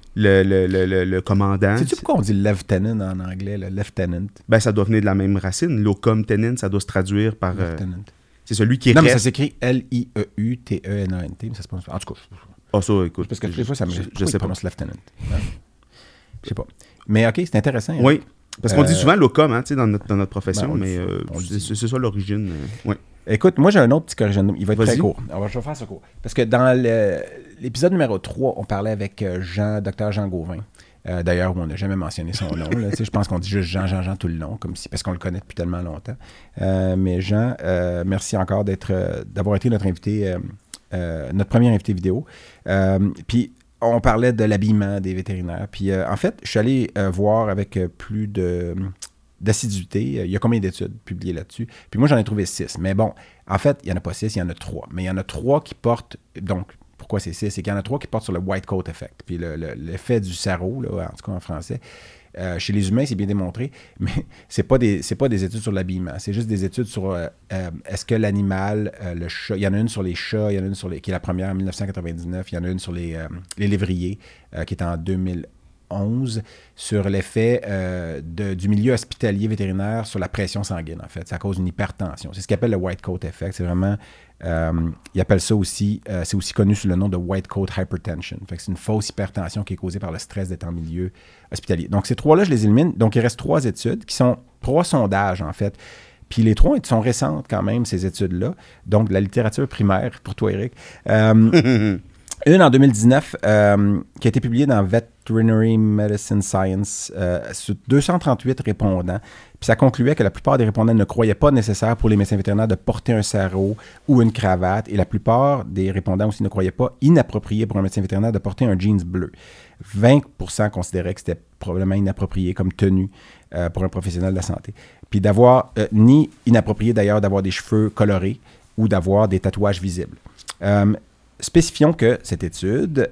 le commandant. Sais-tu pourquoi on dit lieutenant en anglais, le lieutenant? Ben, ça doit venir de la même racine. Locum tenens, ça doit se traduire par... c'est celui qui non, reste... mais ça s'écrit L-I-E-U-T-E-N-A-N-T, mais ça se prononce... En tout cas... Ah, ça, écoute... Parce que des fois, ça me... Je sais pas. lieutenant. Je sais pas. Mais OK, c'est intéressant. Oui, parce qu'on dit souvent locum, hein, dans notre profession, ben, mais c'est ça l'origine. Ouais. Écoute, moi, j'ai un autre petit corrigendum. Il va être très court. Alors, je vais faire ça court. Parce que dans l'épisode numéro 3, on parlait avec Dr. Jean Gauvin. D'ailleurs, on n'a jamais mentionné son nom. Là, je pense qu'on dit juste Jean tout le long, parce qu'on le connaît depuis tellement longtemps. Mais Jean, merci encore d'avoir été notre invité, notre premier invité vidéo. Puis, on parlait de l'habillement des vétérinaires. Puis, en fait, je suis allé voir avec plus d'assiduité. Il y a combien d'études publiées là-dessus? Puis moi, j'en ai trouvé 6. Mais bon, en fait, il n'y en a pas 6, il y en a 3. Mais il y en a 3 qui portent... Donc, pourquoi c'est 6? C'est qu'il y en a 3 qui portent sur le white coat effect. Puis l'effet du sarreau, là, en tout cas en français, chez les humains, c'est bien démontré, mais c'est pas des études sur l'habillement. C'est juste des études sur est-ce que l'animal, le chat... Il y en a une sur les chats, il y en a une sur qui est la première en 1999, il y en a une sur les lévriers, qui est en 2011, sur l'effet du milieu hospitalier vétérinaire sur la pression sanguine, en fait. Ça cause une hypertension. C'est ce qu'ils appellent le white coat effect. C'est vraiment... ils appellent ça aussi... c'est aussi connu sous le nom de white coat hypertension. Fait que c'est une fausse hypertension qui est causée par le stress d'être en milieu hospitalier. Donc, ces 3-là, je les élimine. Donc, il reste 3 études qui sont 3 sondages, en fait. Puis les 3 sont récentes quand même, ces études-là. Donc, de la littérature primaire, pour toi, Eric. Une en 2019 qui a été publiée dans Veterinary Medicine Science sur 238 répondants. Puis ça concluait que la plupart des répondants ne croyaient pas nécessaire pour les médecins vétérinaires de porter un sarrau ou une cravate. Et la plupart des répondants aussi ne croyaient pas inapproprié pour un médecin vétérinaire de porter un jeans bleu. 20% considéraient que c'était probablement inapproprié comme tenue pour un professionnel de la santé. Puis d'avoir, ni inapproprié d'ailleurs d'avoir des cheveux colorés ou d'avoir des tatouages visibles. Spécifions que cette étude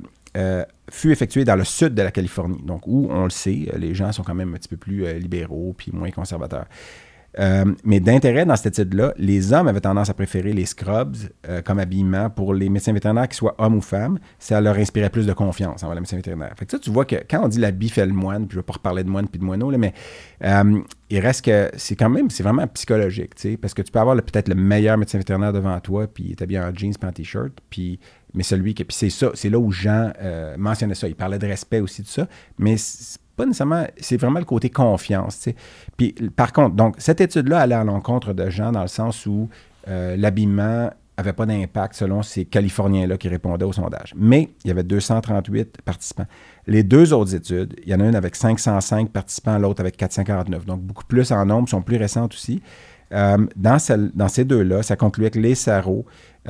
fut effectuée dans le sud de la Californie, donc où, on le sait, les gens sont quand même un petit peu plus libéraux puis moins conservateurs. Mais d'intérêt dans cette étude-là, les hommes avaient tendance à préférer les scrubs comme habillement pour les médecins vétérinaires, qu'ils soient hommes ou femmes. Ça leur inspirait plus de confiance envers les médecins vétérinaires. Fait que ça, tu vois que quand on dit l'habit fait le moine, puis je ne vais pas reparler de moine puis de moineau, là, mais il reste que c'est vraiment psychologique, tu sais, parce que tu peux avoir peut-être le meilleur médecin vétérinaire devant toi, puis il est habillé en jeans puis en t-shirt, mais celui qui... Puis c'est là où Jean mentionnait ça. Il parlait de respect aussi de ça, mais c'est pas nécessairement... C'est vraiment le côté confiance, tu sais. Puis, par contre, donc, cette étude-là allait à l'encontre de Jean dans le sens où l'habillement n'avait pas d'impact selon ces Californiens-là qui répondaient au sondage. Mais il y avait 238 participants. Les 2 autres études, il y en a une avec 505 participants, l'autre avec 449. Donc, beaucoup plus en nombre, sont plus récentes aussi. Dans ces deux-là, ça concluait que les sarraux,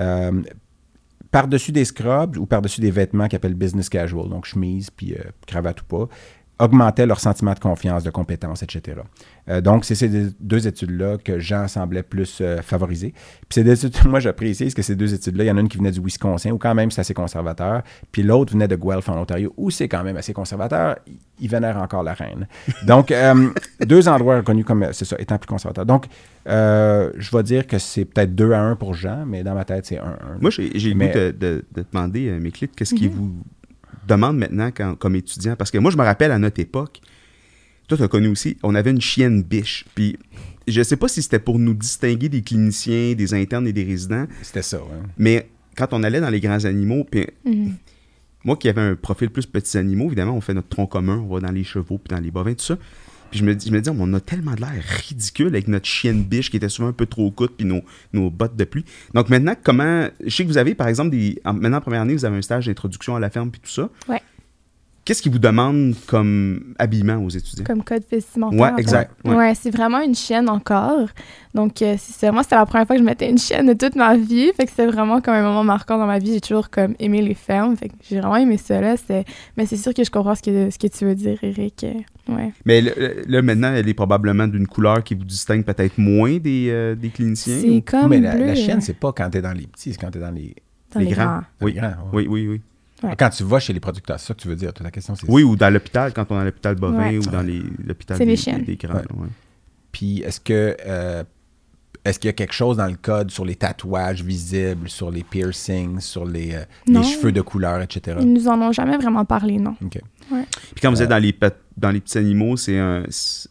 par-dessus des scrubs ou par-dessus des vêtements qu'ils appellent business casual, donc chemise puis cravate ou pas, augmentaient leur sentiment de confiance, de compétence, etc. Donc, c'est ces deux études-là que Jean semblait plus favoriser. Puis ces deux études, moi, j'apprécie que ces deux études-là, il y en a une qui venait du Wisconsin, où quand même c'est assez conservateur, puis l'autre venait de Guelph, en Ontario, où c'est quand même assez conservateur. Il vénère encore la reine. Donc, deux endroits reconnus comme, c'est ça, étant plus conservateurs. Donc, je vais dire que c'est peut-être 2-1 pour Jean, mais dans ma tête, c'est 1-1. Moi, j'ai le goût de demander, Méclite, qu'est-ce qui vous demande maintenant comme étudiant? Parce que moi, je me rappelle à notre époque, toi, tu as connu aussi, on avait une chienne biche. Puis, je sais pas si c'était pour nous distinguer des cliniciens, des internes et des résidents. C'était ça, oui. Mais quand on allait dans les grands animaux, puis moi qui avais un profil plus petits animaux, évidemment, on fait notre tronc commun, on va dans les chevaux, puis dans les bovins, tout ça. Puis je me dis, on a tellement de l'air ridicule avec notre chienne biche qui était souvent un peu trop courte, puis nos bottes de pluie. Donc maintenant, je sais que vous avez, par exemple, maintenant en première année, vous avez un stage d'introduction à la ferme, puis tout ça. Ouais. Qu'est-ce qu'ils vous demandent comme habillement aux étudiants? Comme code vestimentaire. Ouais, exact. Ouais, c'est vraiment une chienne encore. Donc, c'est ça. Moi, c'était la première fois que je mettais une chienne de toute ma vie. Fait que c'était vraiment comme un moment marquant dans ma vie. J'ai toujours comme aimé les fermes. Fait que j'ai vraiment aimé ça, là. Mais c'est sûr que je comprends ce que tu veux dire, Eric. Ouais. Mais là, maintenant, elle est probablement d'une couleur qui vous distingue peut-être moins des cliniciens. C'est comme mais bleu. La chienne, c'est pas quand t'es dans les petits, c'est quand t'es dans les grands. Oui, grands, ouais. Oui. Ouais. Quand tu vas chez les producteurs, c'est ça que tu veux dire. Ta question, c'est oui, ou dans l'hôpital, quand on est à l'hôpital bovin, ou dans l'hôpital des grands. Ouais. Ouais. Puis, est-ce qu'il y a quelque chose dans le code sur les tatouages visibles, sur les piercings, sur les cheveux de couleur, etc.? Ils nous en ont jamais vraiment parlé, non. OK. Ouais. Puis quand vous êtes dans les petits animaux, c'est un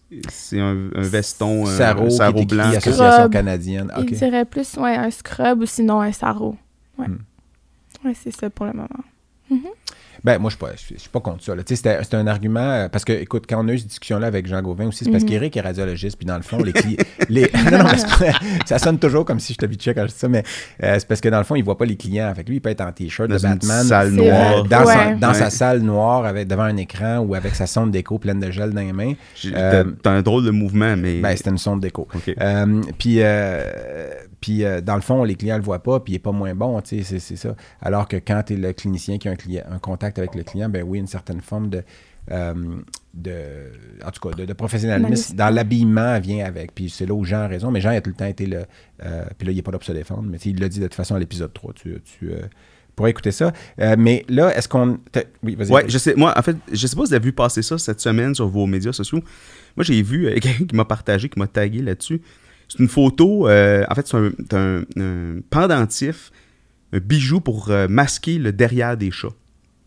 veston, sarrau blanc. Association canadienne. Il dirait plus un scrub ou sinon un sarrau. Ouais. Ouais, c'est ça pour le moment. Ben, moi, je suis pas contre ça. Tu sais, c'était un argument, parce que, écoute, quand on a eu cette discussion-là avec Jean Gauvin aussi, c'est parce qu'Éric est radiologiste, puis dans le fond, non, mais ça sonne toujours comme si je t'habituais quand je dis ça, mais c'est parce que dans le fond, il voit pas les clients. Fait que lui, il peut être en T-shirt de Batman. Salle noire. Dans sa salle noire, devant un écran ou avec sa sonde d'écho pleine de gel dans les mains. T'as un drôle de mouvement, mais... Ben, c'était une sonde d'écho. Okay. Puis, dans le fond, les clients le voient pas, puis il est pas moins bon, tu sais, c'est ça. Alors que quand tu es le clinicien qui a un contact avec le client, ben oui, une certaine forme de professionnalisme dans l'habillement vient avec. Puis c'est là où Jean a raison, mais Jean a tout le temps été puis là, il n'est pas là pour se défendre, mais il l'a dit de toute façon à l'épisode 3. Tu pourrais écouter ça. Mais là, est-ce qu'on... Oui, vas-y. Ouais, je sais. Moi, en fait, je sais pas si vous avez vu passer ça cette semaine sur vos médias sociaux. Moi, j'ai vu quelqu'un qui m'a partagé, qui m'a tagué là-dessus. C'est une photo, en fait, c'est un pendentif, un bijou pour masquer le derrière des chats.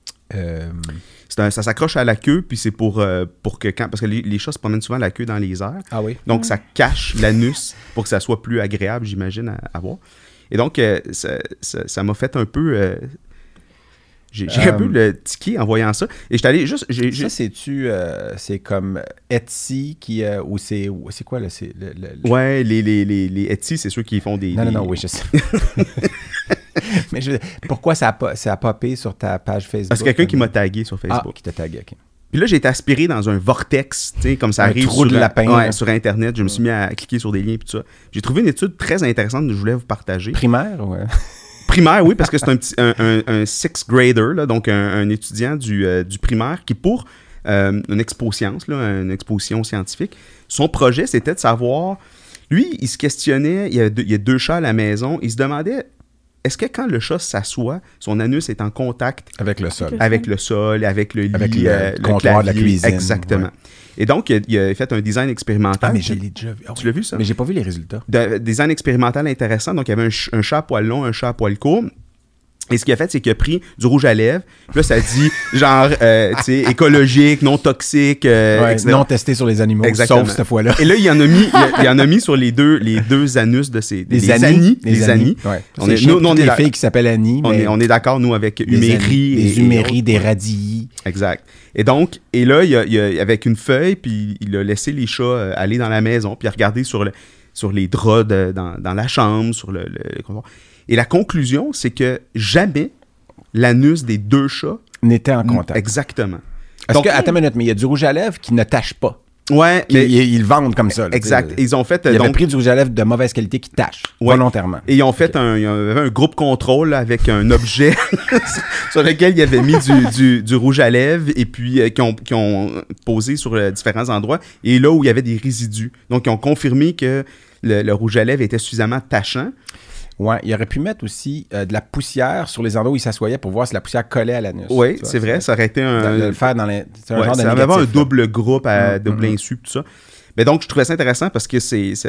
Ça s'accroche à la queue, puis c'est pour que parce que les chats se promènent souvent la queue dans les airs. Ah oui. Donc, ça cache l'anus pour que ça soit plus agréable, j'imagine, à voir. Et donc, ça m'a fait un peu... J'ai un peu le ticket en voyant ça. Et j'étais allé juste... Ça, c'est comme Etsy qui... ou c'est quoi, là? Ouais, les Etsy, c'est ceux qui font des... Non, oui, je sais. Mais pourquoi ça a popé sur ta page Facebook? Parce que quelqu'un qui m'a tagué sur Facebook. Ah, qui t'a tagué, OK. Puis là, j'ai été aspiré dans un vortex, tu sais, comme ça arrive trou de lapin, sur Internet. Je me suis mis à cliquer sur des liens et tout ça. J'ai trouvé une étude très intéressante que je voulais vous partager. Primaire, ouais. Primaire, oui, parce que c'est un sixth grader, là, donc un étudiant du primaire qui, pour une exposition scientifique, son projet, c'était de savoir... Lui, il se questionnait, il y a 2 chats à la maison, il se demandait... Est-ce que quand le chat s'assoit, son anus est en contact avec le sol, avec le lit, avec le comptoir de la cuisine. Exactement. Ouais. Et donc, il a fait un design expérimental. Ah, mais je l'ai déjà vu. Tu l'as vu, ça? Mais j'ai pas vu les résultats. Design expérimental intéressant. Donc, il y avait un chat à poil long, un chat à poil court. Et ce qu'il a fait, c'est qu'il a pris du rouge à lèvres. Puis là, ça dit genre, tu sais, écologique, non toxique, non testé sur les animaux, exactement. Sauf cette fois-là. Et là, il en a mis sur les deux anus de ces... Les Annie. Ouais. On est des filles qui s'appellent Annie. On est d'accord, nous, avec Humérie. Des Humérie, des Radilles. Exact. Et là, il avec une feuille, puis il a laissé les chats aller dans la maison, puis il a regardé sur les draps dans la chambre, sur le comptoir. Et la conclusion, c'est que jamais l'anus des 2 chats n'était en contact. Exactement. Attends une minute, mais il y a du rouge à lèvres qui ne tâche pas. Ouais, mais Ils le vendent comme ça. Là, exact. Et ils ont fait Ils avaient donc pris du rouge à lèvres de mauvaise qualité qui tâche, Ouais. volontairement. et ils ont fait il y avait un groupe contrôle là, avec un objet sur lequel ils avaient mis du rouge à lèvres et puis qui ont posé sur différents endroits et là où il y avait des résidus. Donc ils ont confirmé que le rouge à lèvres était suffisamment tachant. Ouais, il aurait pu mettre aussi de la poussière sur les endroits où il s'assoyait pour voir si la poussière collait à l'anus. Oui, Tu vois, c'est vrai, ça aurait été un... de le faire dans les... C'est un Ouais, genre de ça va avoir un négatif, là. double groupe, double insu, tout ça. Mais donc, je trouvais ça intéressant parce que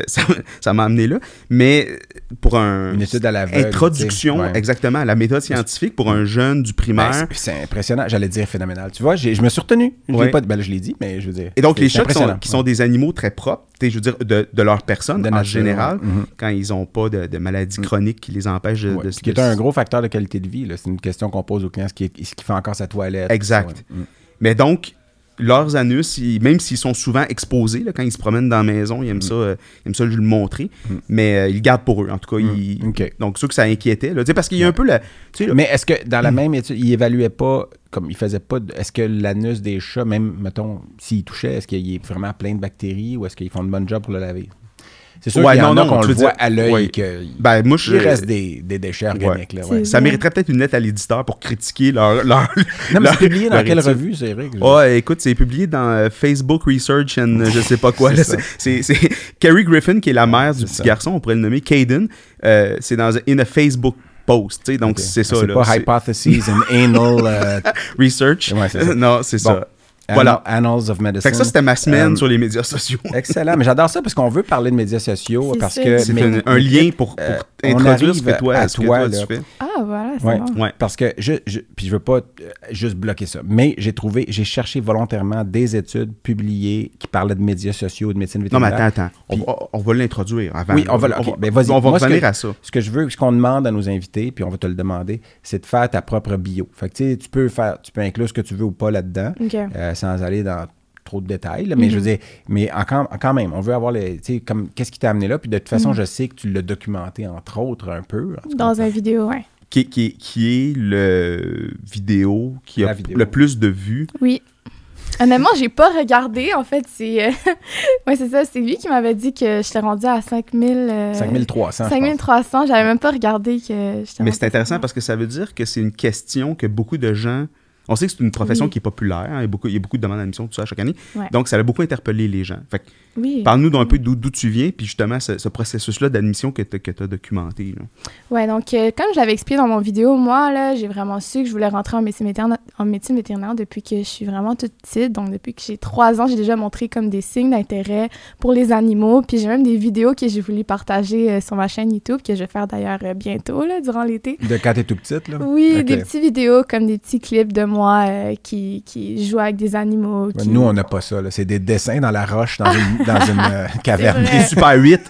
ça m'a amené là. Mais pour Une étude à l'aveugle. introduction, tu sais, ouais. exactement, à la méthode scientifique pour un jeune du Ben, primaire. c'est impressionnant. J'allais dire phénoménal. Tu vois, je me suis retenu. Je Ouais. l'ai pas, ben là, je l'ai dit, mais je veux dire. Et donc, les chats impressionnant. qui sont des animaux très propres, je veux dire, de leur personne De en nature, général, ouais. Mhm. quand ils n'ont pas de maladies chroniques qui les empêchent Ouais. de Ce qui est un gros facteur de qualité de vie. Là. C'est une question qu'on pose aux clients. Ce qui fait encore sa toilette. Exact. Ça, ouais. Mais donc, leurs anus, même s'ils sont souvent exposés, là, quand ils se promènent dans la maison, ils aiment ça le montrer, mais ils le gardent pour eux. En tout cas, OK. donc ceux que ça inquiétait, là, tu sais, parce qu'il y a un peu la... tu sais, là, Mais est-ce que dans la même étude, ils évaluaient pas, comme ils faisaient pas, est-ce que l'anus des chats, même, mettons, s'ils touchaient, est-ce qu'il est vraiment plein de bactéries ou est-ce qu'ils font de bonne job pour le laver? C'est sûr Ouais, qu'il y en non, a qu'on tu le veux voit dire- à l'œil ouais. qu'il ben, moi, reste des déchets organiques. Là, ouais. C'est- ça mériterait peut-être une lettre à l'éditeur pour critiquer leur Non, mais leur- c'est publié dans leur quelle étude. revue, c'est vrai? Ouais, écoute, c'est publié dans Facebook Research and je sais pas quoi. là. C'est Carrie Griffin, qui est la mère du c'est petit ça. garçon, on pourrait le nommer Caden. C'est dans in a Facebook post, tu sais, donc Ok. c'est ça. C'est là, pas c'est- Hypotheses and Anal... Research. Ouais, c'est ça. Non, c'est Bon. ça. Voilà. Annals of Medicine. Fait que ça, c'était ma semaine Euh, sur les médias sociaux. Excellent, mais j'adore ça parce qu'on veut parler de médias sociaux C'est parce sûr. que... C'est mais- un lien pour on introduire ce arrive que toi, à ce que toi, toi, là. tu fais. Ah, voilà, c'est Ouais. bon. Ouais. Parce que puis je veux pas juste bloquer ça, mais j'ai cherché volontairement des études publiées qui parlaient de médias sociaux, de médecine Non, mais vétérinaire. attends. On va l'introduire avant. Oui, on va. OK, ben vas-y. On va Moi, ce revenir que- à ça. Ce que je veux, ce qu'on demande à nos invités, puis on va te le demander, c'est de faire ta propre bio. Fait que tu sais, tu peux inclure ce que tu veux ou pas là-dedans, OK. sans aller dans trop de détails. Là, mais je veux dire, mais quand même, on veut avoir les, tu sais, comme qu'est-ce qui t'a amené là. Puis de toute façon, je sais que tu l'as documenté entre autres un peu. En tout cas. Dans une vidéo, ouais. Qui est le vidéo qui La a vidéo. le plus de vues. Oui. Honnêtement, j'ai pas regardé. En fait, c'est... ouais, c'est ça. C'est lui qui m'avait dit que j'étais rendue à 5000... 5300. 5300. J'avais même pas regardé que j'étais Mais rendue c'est intéressant parce que ça veut dire que c'est une question que beaucoup de gens... On sait que c'est une profession Oui. qui est populaire. Hein, il y a beaucoup de demandes d'admission, tout ça, chaque année. Ouais. Donc, ça a beaucoup interpellé les gens. Fait que, Oui. parle-nous d'un peu d'où tu viens, puis justement, ce processus-là d'admission que tu as documenté. Là. Ouais, donc, comme je l'avais expliqué dans mon vidéo, moi, là, j'ai vraiment su que je voulais rentrer en médecine vétérinaire depuis que je suis vraiment toute petite. Donc, depuis que j'ai 3 ans, j'ai déjà montré comme des signes d'intérêt pour les animaux. Puis, j'ai même des vidéos que j'ai voulu partager sur ma chaîne YouTube, que je vais faire d'ailleurs bientôt, là, durant l'été. De quand t'es tout petite, là? Oui, Ok. des petites vidéos comme des petits clips de moi qui jouent avec des animaux. Ouais, qui- Nous, on n'a pas ça. Là. C'est des dessins dans la roche, dans une caverne. vrai. Les Super 8.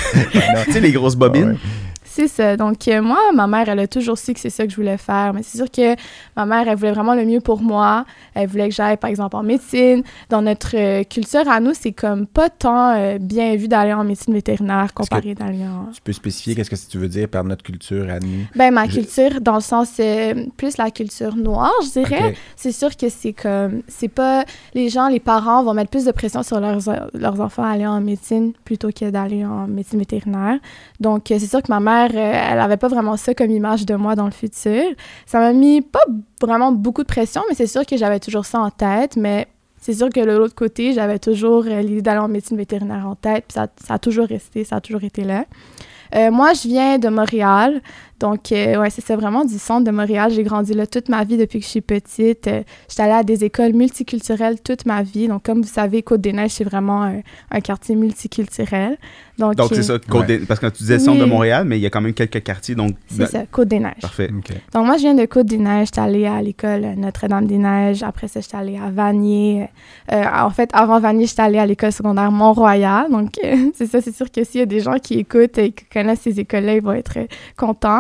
Tu sais, les grosses bobines. Ouais. C'est ça. Donc, moi, ma mère, elle a toujours su que c'est ça que je voulais faire. Mais c'est sûr que ma mère, elle voulait vraiment le mieux pour moi. Elle voulait que j'aille, par exemple, en médecine. Dans notre culture à nous, c'est comme pas tant bien vu d'aller en médecine vétérinaire comparé d'aller en... Tu peux spécifier qu'est-ce que tu veux dire par notre culture à nous? Ben, ma culture, dans le sens plus la culture noire, je dirais. Ok. C'est sûr que c'est comme... C'est pas... Les parents vont mettre plus de pression sur leurs enfants à aller en médecine plutôt que d'aller en médecine vétérinaire. Donc, c'est sûr que ma mère, elle avait pas vraiment ça comme image de moi dans le futur. Ça m'a mis pas vraiment beaucoup de pression, mais c'est sûr que j'avais toujours ça en tête. Mais c'est sûr que de l'autre côté, j'avais toujours l'idée d'aller en médecine vétérinaire en tête. Puis ça a toujours resté, ça a toujours été là. Moi, je viens de Montréal. Donc, ouais, c'est ça, vraiment du centre de Montréal. J'ai grandi là toute ma vie depuis que je suis petite. J'étais allée à des écoles multiculturelles toute ma vie. Donc, comme vous savez, Côte-des-Neiges, c'est vraiment un quartier multiculturel. Donc C'est ça, parce que tu disais Oui. centre de Montréal, mais il y a quand même quelques quartiers. Donc, C'est ça, Côte-des-Neiges. Parfait. OK. Donc, moi, je viens de Côte-des-Neiges. J'étais allée à l'école Notre-Dame-des-Neiges. Après ça, j'étais allée à Vanier. En fait, avant Vanier, j'étais allée à l'école secondaire Mont-Royal. Donc, c'est ça, c'est sûr que s'il y a des gens qui écoutent et qui connaissent ces écoles-là, ils vont être contents.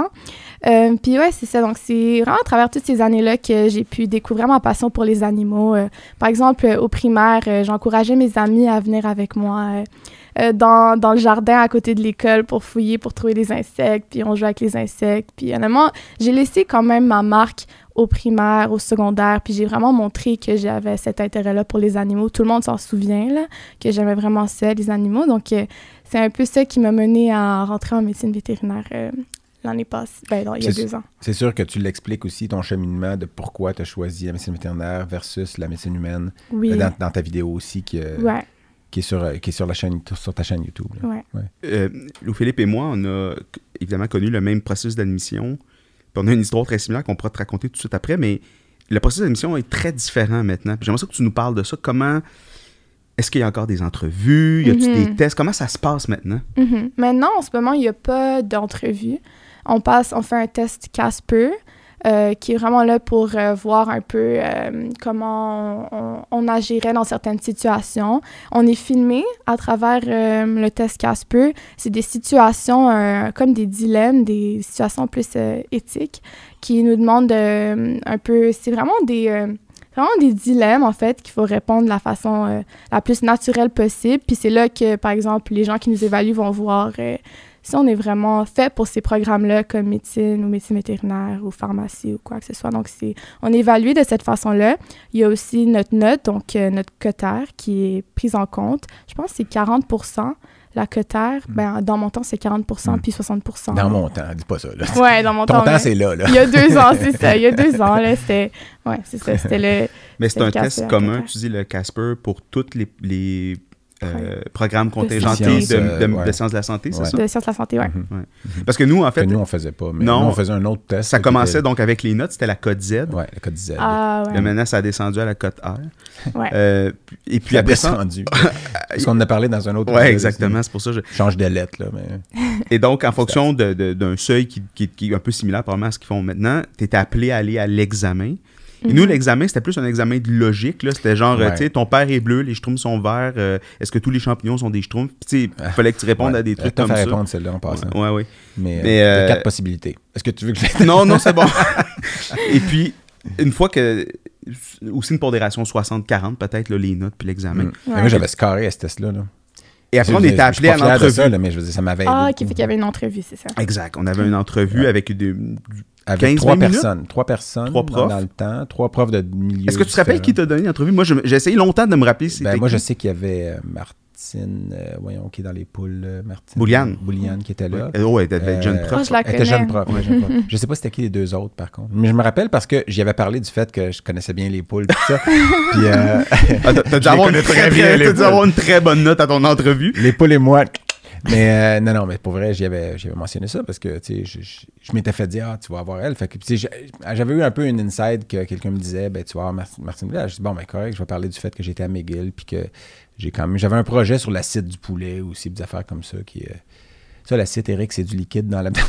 Puis ouais, c'est ça. Donc, c'est vraiment à travers toutes ces années-là que j'ai pu découvrir ma passion pour les animaux. Par exemple, au primaire, j'encourageais mes amis à venir avec moi dans le jardin à côté de l'école pour fouiller, pour trouver des insectes. Puis on jouait avec les insectes. Puis honnêtement, j'ai laissé quand même ma marque au primaire, au secondaire, puis j'ai vraiment montré que j'avais cet intérêt-là pour les animaux. Tout le monde s'en souvient, là, que j'aimais vraiment ça, les animaux. Donc, c'est un peu ça qui m'a menée à rentrer en médecine vétérinaire l'année passée, il y a 2 ans. C'est sûr que tu l'expliques aussi, ton cheminement de pourquoi tu as choisi la médecine vétérinaire versus la médecine humaine. Oui. Dans ta vidéo aussi qui est sur ta chaîne YouTube. Louis-Philippe et moi, on a évidemment connu le même processus d'admission. Puis on a une histoire très similaire qu'on pourra te raconter tout de suite après, mais le processus d'admission est très différent maintenant. Puis j'aimerais ça que tu nous parles de ça. Comment... Est-ce qu'il y a encore des entrevues? Y a-t-il des tests? Comment ça se passe maintenant? Maintenant, en ce moment, il n'y a pas d'entrevue. On fait un test Casper, qui est vraiment là pour voir un peu comment on agirait dans certaines situations. On est filmé à travers le test Casper. C'est des situations comme des dilemmes, des situations plus éthiques qui nous demandent un peu... C'est vraiment des dilemmes, en fait, qu'il faut répondre de la façon la plus naturelle possible. Puis c'est là que, par exemple, les gens qui nous évaluent vont voir si on est vraiment fait pour ces programmes-là, comme médecine ou médecine vétérinaire ou pharmacie ou quoi que ce soit. Donc, on est évalué de cette façon-là. Il y a aussi notre note, donc notre cotère, qui est prise en compte. Je pense que c'est 40%. La cotère, dans mon temps, c'est 40%, puis 60%. Dans mon temps, dis pas ça. Là. Ouais, dans mon temps. Ton temps, c'est là. Il y a 2 ans, c'est ça. Il y a 2 ans, là, c'était... Ouais, c'est ça, c'était le... Mais c'est un test commun, tu dis, le Casper, pour tous les programmes contingentés de sciences de la santé, c'est ça? De sciences de la santé, oui. Parce que nous, en fait... Que nous, on faisait pas, mais nous, on faisait un autre test. Ça commençait donc avec les notes, c'était la cote Z. Oui, la cote Z. Ah, ouais. Là, maintenant, ça a descendu à la cote R. Ouais. Et puis après ça... Parce qu'on en a parlé dans un autre... Oui, exactement, c'est pour ça que change de lettre, là, mais... Et donc, en fonction d'un seuil qui est un peu similaire probablement à ce qu'ils font maintenant, tu étais appelé à aller à l'examen. Et nous, l'examen, c'était plus un examen de logique. Là. C'était genre, tu sais, ton père est bleu, les schtroumpfs sont verts, est-ce que tous les champignons sont des schtroumpfs? Puis, il fallait que tu répondes à des trucs comme ça. Répondre celle-là en passant. Oui. Mais 4 possibilités. Est-ce que tu veux que je... Non, c'est bon. Et puis, une fois que... Aussi une pondération 60-40, peut-être, là, les notes puis l'examen. Moi, j'avais scarré à ce test-là. Et après, on était appelé à l'entrevue. Ça, là, mais je veux dire, ça m'avait aidé. Ah, qui fait qu'il y avait une entrevue, c'est ça. Exact. On avait une entrevue avec avec 3 personnes. 3 profs. Dans le temps. 3 profs de milieu. Est-ce que tu te rappelles qui t'a donné l'entrevue? Moi, j'ai essayé longtemps de me rappeler. Moi, je sais qu'il y avait Martine, qui est dans les poules. Martine Bouliane qui était là. Oui, elle était jeune prof. Je la connais. Elle était jeune prof. Je sais pas c'était qui les 2 autres, par contre. Mais je me rappelle parce que j'y avais parlé du fait que je connaissais bien les poules, tout ça. Puis, t'as dû avoir une très bonne note à ton entrevue. Les poules et moi... Mais non, mais pour vrai, j'avais mentionné ça parce que, tu sais, je m'étais fait dire, tu vas avoir elle. Fait que, tu sais, j'avais eu un peu une inside que quelqu'un me disait, tu vas avoir Martine Blais. Je dis, correct, je vais parler du fait que j'étais à McGill, puis que j'avais un projet sur l'acide du poulet aussi, des affaires comme ça qui... Ça, l'acide, Eric, c'est du liquide dans l'abdomen.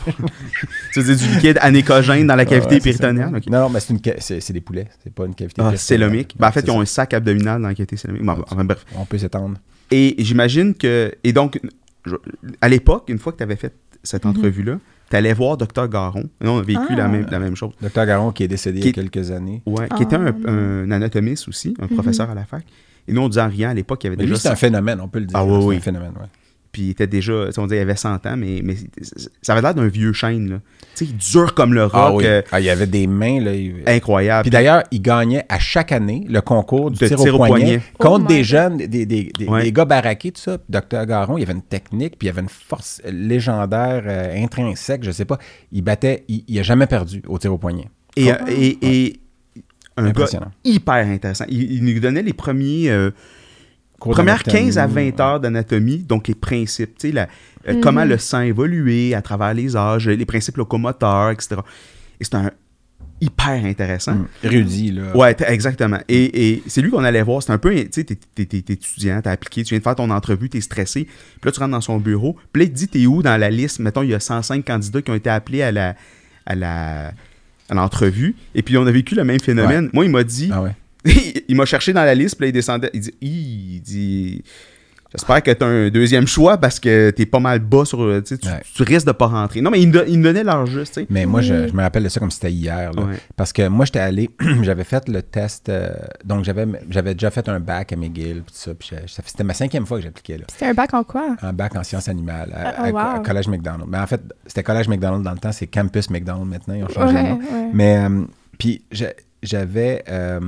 Tu veux dire du liquide anécogène dans la cavité péritonéale? Okay. Non, mais c'est des poulets. C'est pas une cavité péritonéale. Célomique. En fait, ils ont un sac abdominal dans la cavité célomique. Bref. On peut s'étendre. Et j'imagine que... Et donc, à l'époque, une fois que tu avais fait cette entrevue-là, tu allais voir Dr Garon. Nous, on a vécu la même chose. Dr Garon qui est décédé il y a quelques années. Oui, qui était un anatomiste aussi, un professeur à la fac. Et nous, on disait rien à l'époque, il y avait déjà... Lui, c'est un phénomène, on peut le dire. Ah oui. C'est un phénomène, oui. Puis il était déjà, on disait, il avait 100 ans, mais ça avait l'air d'un vieux chêne, là. Tu sais, dur comme le roc. Ah oui. Il y avait des mains, là. Incroyable. Puis d'ailleurs, il gagnait à chaque année le concours du tir au poignet contre des jeunes, des gars baraqués, tout ça. Dr Garon, il y avait une technique, puis il y avait une force légendaire, intrinsèque, je sais pas. Il a jamais perdu au tir au poignet. Et un gars hyper intéressant. Il nous donnait les premières 15 à 20 heures d'anatomie, donc les principes, tu sais, comment le sang évoluait à travers les âges, les principes locomoteurs, etc. Et c'est un hyper intéressant. Érudit, là. Ouais, exactement. Et c'est lui qu'on allait voir. C'est un peu, tu sais, t'es étudiant, t'as appliqué, tu viens de faire ton entrevue, t'es stressé. Puis là, tu rentres dans son bureau. Puis là, il te dit, t'es où dans la liste? Mettons, il y a 105 candidats qui ont été appelés à l'entrevue. Et puis, on a vécu le même phénomène. Ouais. Moi, il m'a dit... Ah ouais. Il m'a cherché dans la liste, puis là, il descendait. Il dit j'espère que tu as un deuxième choix parce que tu es pas mal bas sur. Tu risques de pas rentrer. Non, mais il me donnait l'heure juste. T'sais. Mais moi, je me rappelle de ça comme si c'était hier. Là, parce que moi, j'étais allé, j'avais fait le test. Donc, j'avais déjà fait un bac à McGill. Tout ça, c'était ma 5e fois que j'appliquais. Là. C'était un bac en quoi? Un bac en sciences animales à Collège McDonald. Mais en fait, c'était Collège McDonald dans le temps, c'est Campus McDonald maintenant. Ils ont changé de nom. Ouais. Mais. Puis j'avais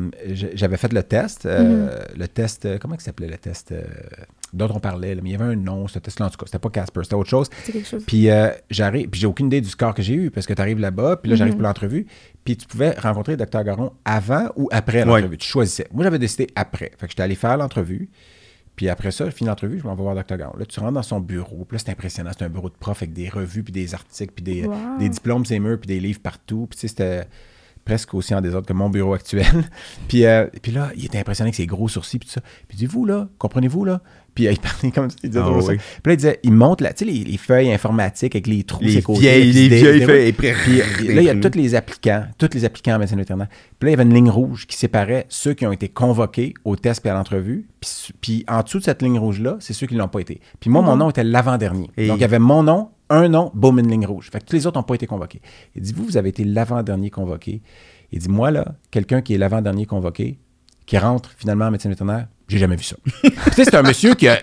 fait le test. Le test, comment il s'appelait le test dont on parlait? Là, mais il y avait un nom, ce test-là, en tout cas. C'était pas Casper, c'était autre chose. C'est quelque chose. Puis j'arrive, puis j'ai aucune idée du score que j'ai eu parce que tu arrives là-bas, puis là, j'arrive pour l'entrevue. Puis tu pouvais rencontrer le Dr. Garon avant ou après l'entrevue. Tu choisissais. Moi, j'avais décidé après. Fait que j'étais allé faire l'entrevue. Puis après ça, je finis l'entrevue, je m'en vais voir Dr. Garon. Là, tu rentres dans son bureau. Puis là, c'est impressionnant. C'est un bureau de prof avec des revues, puis des articles, puis des diplômes, ces murs, puis des livres partout. Puis tu sais, c'était presque aussi en désordre que mon bureau actuel. puis là, il était impressionné avec ses gros sourcils, puis tout ça. Puis il dit, vous, là, comprenez-vous, là? Puis il parlait comme ça, il disait toujours ça. Puis là, il disait, il montre, tu sais, les feuilles informatiques avec les trous, les vieilles feuilles. Puis là, il y a tous les applicants en médecine vétérinaire. Puis là, il y avait une ligne rouge qui séparait ceux qui ont été convoqués au test et à l'entrevue. Puis en dessous de cette ligne rouge-là, c'est ceux qui ne l'ont pas été. Puis moi, mon nom était l'avant-dernier. Donc, il y avait mon nom, un nom, boum, une ligne rouge. Fait que tous les autres n'ont pas été convoqués. Il dit, vous avez été l'avant-dernier convoqué. Il dit, moi, là, quelqu'un qui est l'avant-dernier convoqué, qui rentre finalement en médecine vétérinaire, j'ai jamais vu ça. Tu sais, c'est un monsieur qui a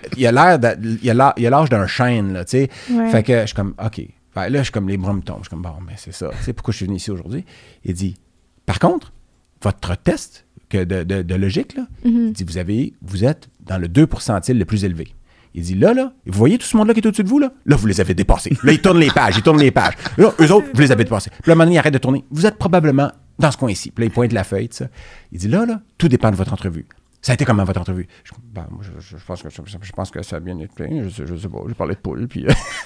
l'âge d'un chêne, là, tu sais. Ouais. Fait que je suis comme, OK. Fait, là, je suis comme, les bras me tombent. Je suis comme, bon, mais c'est ça. Tu sais, pourquoi je suis venu ici aujourd'hui? Il dit, par contre, votre test de logique, là, il dit, vous êtes dans le 2% le plus élevé. Il dit, là, vous voyez tout ce monde-là qui est au-dessus de vous, là? Là, vous les avez dépassés. Là, ils tournent les pages. Là, eux autres, vous les avez dépassés. Puis là, à un moment donné, ils arrêtent de tourner. Vous êtes probablement dans ce coin-ci. Puis là, il pointe la feuille, ça. Il dit, là, tout dépend de votre entrevue. Ça a été comment, votre entrevue? Moi, je pense que ça a bien été. Je sais pas, j'ai parlé de poule, puis...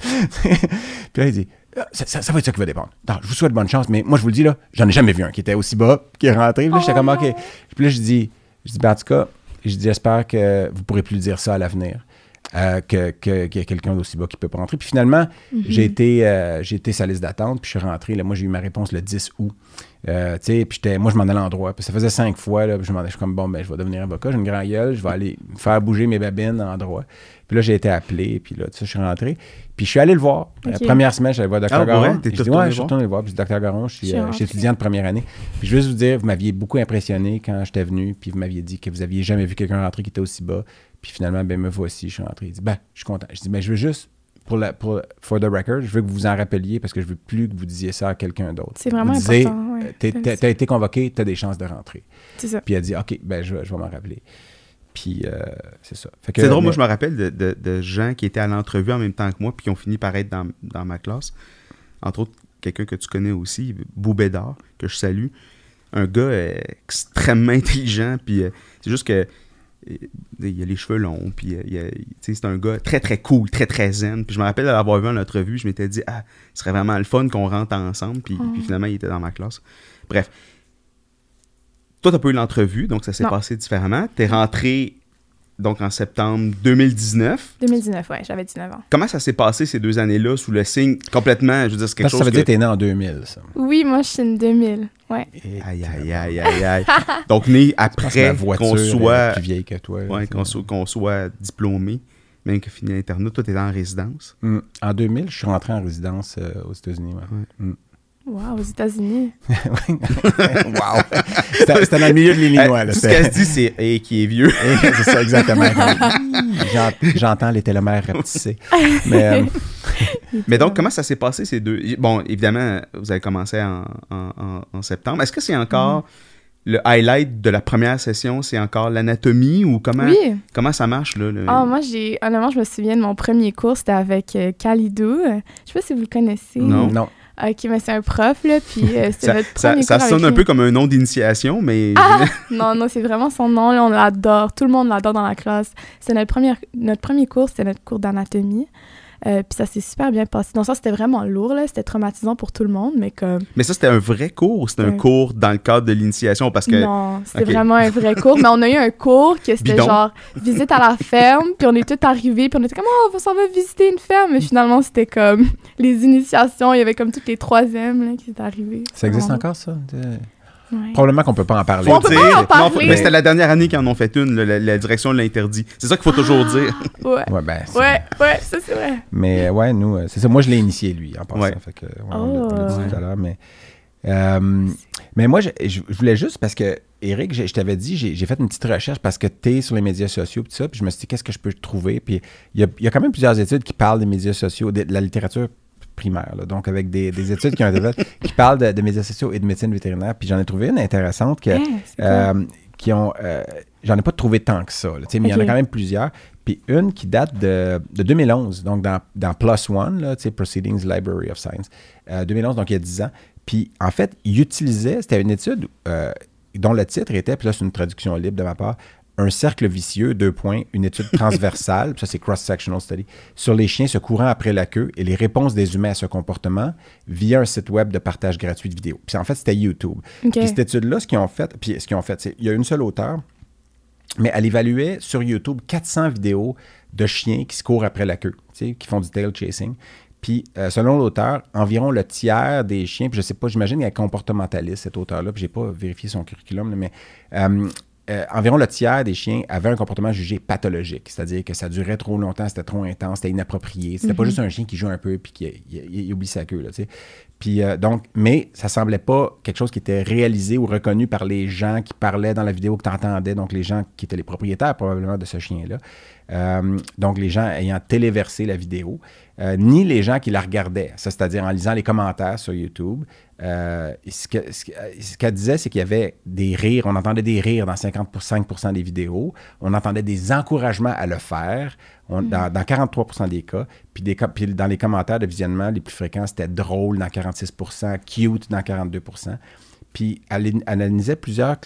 puis là, il dit, ça va être ça qui va dépendre. Non, je vous souhaite bonne chance, mais moi, je vous le dis, là, j'en ai jamais vu un qui était aussi bas, qui est rentré. Puis là, j'étais comme, OK. Puis là, je dis, en tout cas, j'espère que vous pourrez plus dire ça à l'avenir. Qu'il y a quelqu'un d'aussi bas qui ne peut pas rentrer. Puis finalement, j'ai été sa liste d'attente, puis je suis rentré. Là, moi, j'ai eu ma réponse le 10 août. Puis moi, je m'en allais en droit. Puis ça faisait 5 fois. Là, puis je suis comme, bon, ben, je vais devenir avocat. J'ai une grande gueule. Je vais aller faire bouger mes babines en droit. Puis là, j'ai été appelé. Puis là, je suis rentré. Puis je suis allé le voir. La première semaine, j'allais voir Dr. Garon. Je suis retourné le voir. Puis Dr. Garon, je suis étudiant de première année. Puis je veux juste vous dire, vous m'aviez beaucoup impressionné quand j'étais venu. Puis vous m'aviez dit que vous n'aviez jamais vu quelqu'un rentrer qui était aussi bas. Puis finalement, ben me voici, je suis rentré. Il dit, ben, je suis content. Je dis, ben, je veux juste, for the record, je veux que vous vous en rappeliez parce que je veux plus que vous disiez ça à quelqu'un d'autre. C'est vraiment important. Ouais. T'as été convoqué, t'as des chances de rentrer. C'est ça. Puis il a dit, OK, ben, je vais m'en rappeler. Puis c'est ça. Fait que, c'est drôle, moi, je me rappelle de gens qui étaient à l'entrevue en même temps que moi puis qui ont fini par être dans ma classe. Entre autres, quelqu'un que tu connais aussi, Boubédard, que je salue. Un gars extrêmement intelligent, puis c'est juste que il a les cheveux longs, puis c'est un gars très très cool, très très zen. Puis je me rappelle d'avoir vu en entrevue, je m'étais dit, ce serait vraiment le fun qu'on rentre ensemble, puis finalement il était dans ma classe. Bref, toi t'as pas eu l'entrevue, donc ça s'est passé différemment. T'es rentré donc en septembre 2019. 2019, ouais, j'avais 19 ans. Comment ça s'est passé ces 2 années-là sous le signe complètement, je veux dire, c'est quelque chose ça veut dire que t'es né en 2000, ça. Oui, moi je suis né 2000, ouais. Aïe. Donc né après qu'on soit... plus vieille que toi. Ouais, qu'on soit diplômé, même que fini l'internat. Toi, t'étais en résidence. En 2000, je suis rentré en résidence aux États-Unis, ouais. Wow, aux États-Unis. Wow! C'était dans le milieu de l'Illinois. Tout ce qu'elle se dit, c'est qui est vieux. C'est ça, exactement. J'entends les télomères rapetisser. Mais donc, comment ça s'est passé ces deux... Bon, évidemment, vous avez commencé en septembre. Est-ce que c'est encore le highlight de la première session? C'est encore l'anatomie ou comment ça marche, là? Moi, honnêtement, je me souviens de mon premier cours, c'était avec Khalidou. Je sais pas si vous le connaissez. Non. OK, mais c'est un prof, là, puis c'est notre premier cours. Ça sonne un peu comme un nom d'initiation, mais... Non, c'est vraiment son nom, là, on l'adore. Tout le monde l'adore dans la classe. C'est notre premier cours, c'était notre cours d'anatomie. Puis ça s'est super bien passé. Donc ça, c'était vraiment lourd, là. C'était traumatisant pour tout le monde, mais comme... Mais ça, c'était un vrai cours ou c'était un cours dans le cadre de l'initiation? Parce que... Non, c'était vraiment un vrai cours. Mais on a eu un cours que c'était genre visite à la ferme, puis on est tous arrivés, puis on était comme « Oh, on s'en va visiter une ferme! » Mais finalement, c'était comme les initiations. Il y avait comme toutes les troisièmes là, qui étaient arrivées. Ça existe encore, ça? Ouais. Probablement qu'on peut pas en parler. On peut pas en parler. Mais c'était la dernière année qu'ils en ont fait une, la direction l'interdit. C'est ça qu'il faut toujours dire. Ouais, ça c'est vrai. Mais ouais, nous, c'est ça. Moi, je l'ai initié, lui, en passant. Ouais. Fait que, on l'a dit tout à l'heure. Mais moi, je voulais juste, parce que, Éric, je t'avais dit, j'ai fait une petite recherche parce que tu es sur les médias sociaux, puis tout ça, puis je me suis dit, qu'est-ce que je peux trouver? Puis il y a quand même plusieurs études qui parlent des médias sociaux, de la littérature primaire, là, donc avec des études qui parlent de médias sociaux et de médecine vétérinaire. Puis j'en ai trouvé une intéressante qui ont... j'en ai pas trouvé tant que ça, là, mais il y en a quand même plusieurs. Puis une qui date de 2011, donc dans PLOS ONE, là, Proceedings Library of Science, 2011, donc il y a 10 ans. Puis en fait, il utilisait, c'était une étude dont le titre était, puis là c'est une traduction libre de ma part, un cercle vicieux, une étude transversale, ça c'est cross-sectional study, sur les chiens se courant après la queue et les réponses des humains à ce comportement via un site web de partage gratuit de vidéos. Puis en fait, c'était YouTube. Puis cette étude-là, ce qu'ils ont fait, c'est il y a une seule auteure, mais elle évaluait sur YouTube 400 vidéos de chiens qui se courent après la queue, qui font du tail chasing. Puis, selon l'auteur, environ le tiers des chiens, puis je sais pas, j'imagine qu'il est comportementaliste, cet auteur-là, puis j'ai pas vérifié son curriculum, là, mais environ le tiers des chiens avaient un comportement jugé pathologique, c'est-à-dire que ça durait trop longtemps, c'était trop intense, c'était inapproprié. C'était pas juste un chien qui joue un peu puis qui oublie sa queue, là, tu sais. Puis donc, mais ça semblait pas quelque chose qui était réalisé ou reconnu par les gens qui parlaient dans la vidéo que tu entendais, donc les gens qui étaient les propriétaires probablement de ce chien-là. Donc les gens ayant téléversé la vidéo, ni les gens qui la regardaient, ça, c'est-à-dire en lisant les commentaires sur YouTube. Ce qu'elle disait, c'est qu'il y avait des rires, on entendait des rires dans 55% des vidéos, on entendait des encouragements à le faire dans 43% des cas, puis dans les commentaires de visionnement, les plus fréquents, c'était drôle dans 46%, cute dans 42%. Puis elle analysait plusieurs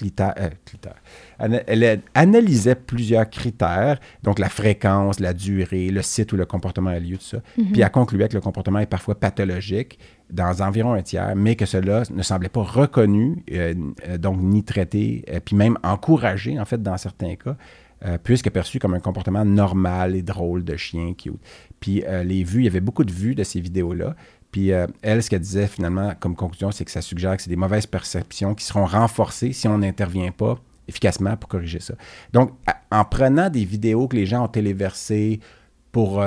elle analysait plusieurs critères, donc la fréquence, la durée, le site où le comportement a lieu, tout ça. Puis elle concluait que le comportement est parfois pathologique dans environ un tiers, mais que cela ne semblait pas reconnu, donc ni traité, puis même encouragé, en fait, dans certains cas, puisque perçu comme un comportement normal et drôle de chien cute. Puis les vues, il y avait beaucoup de vues de ces vidéos-là. Puis elle, ce qu'elle disait finalement comme conclusion, c'est que ça suggère que c'est des mauvaises perceptions qui seront renforcées si on n'intervient pas efficacement pour corriger ça. Donc, en prenant des vidéos que les gens ont téléversées pour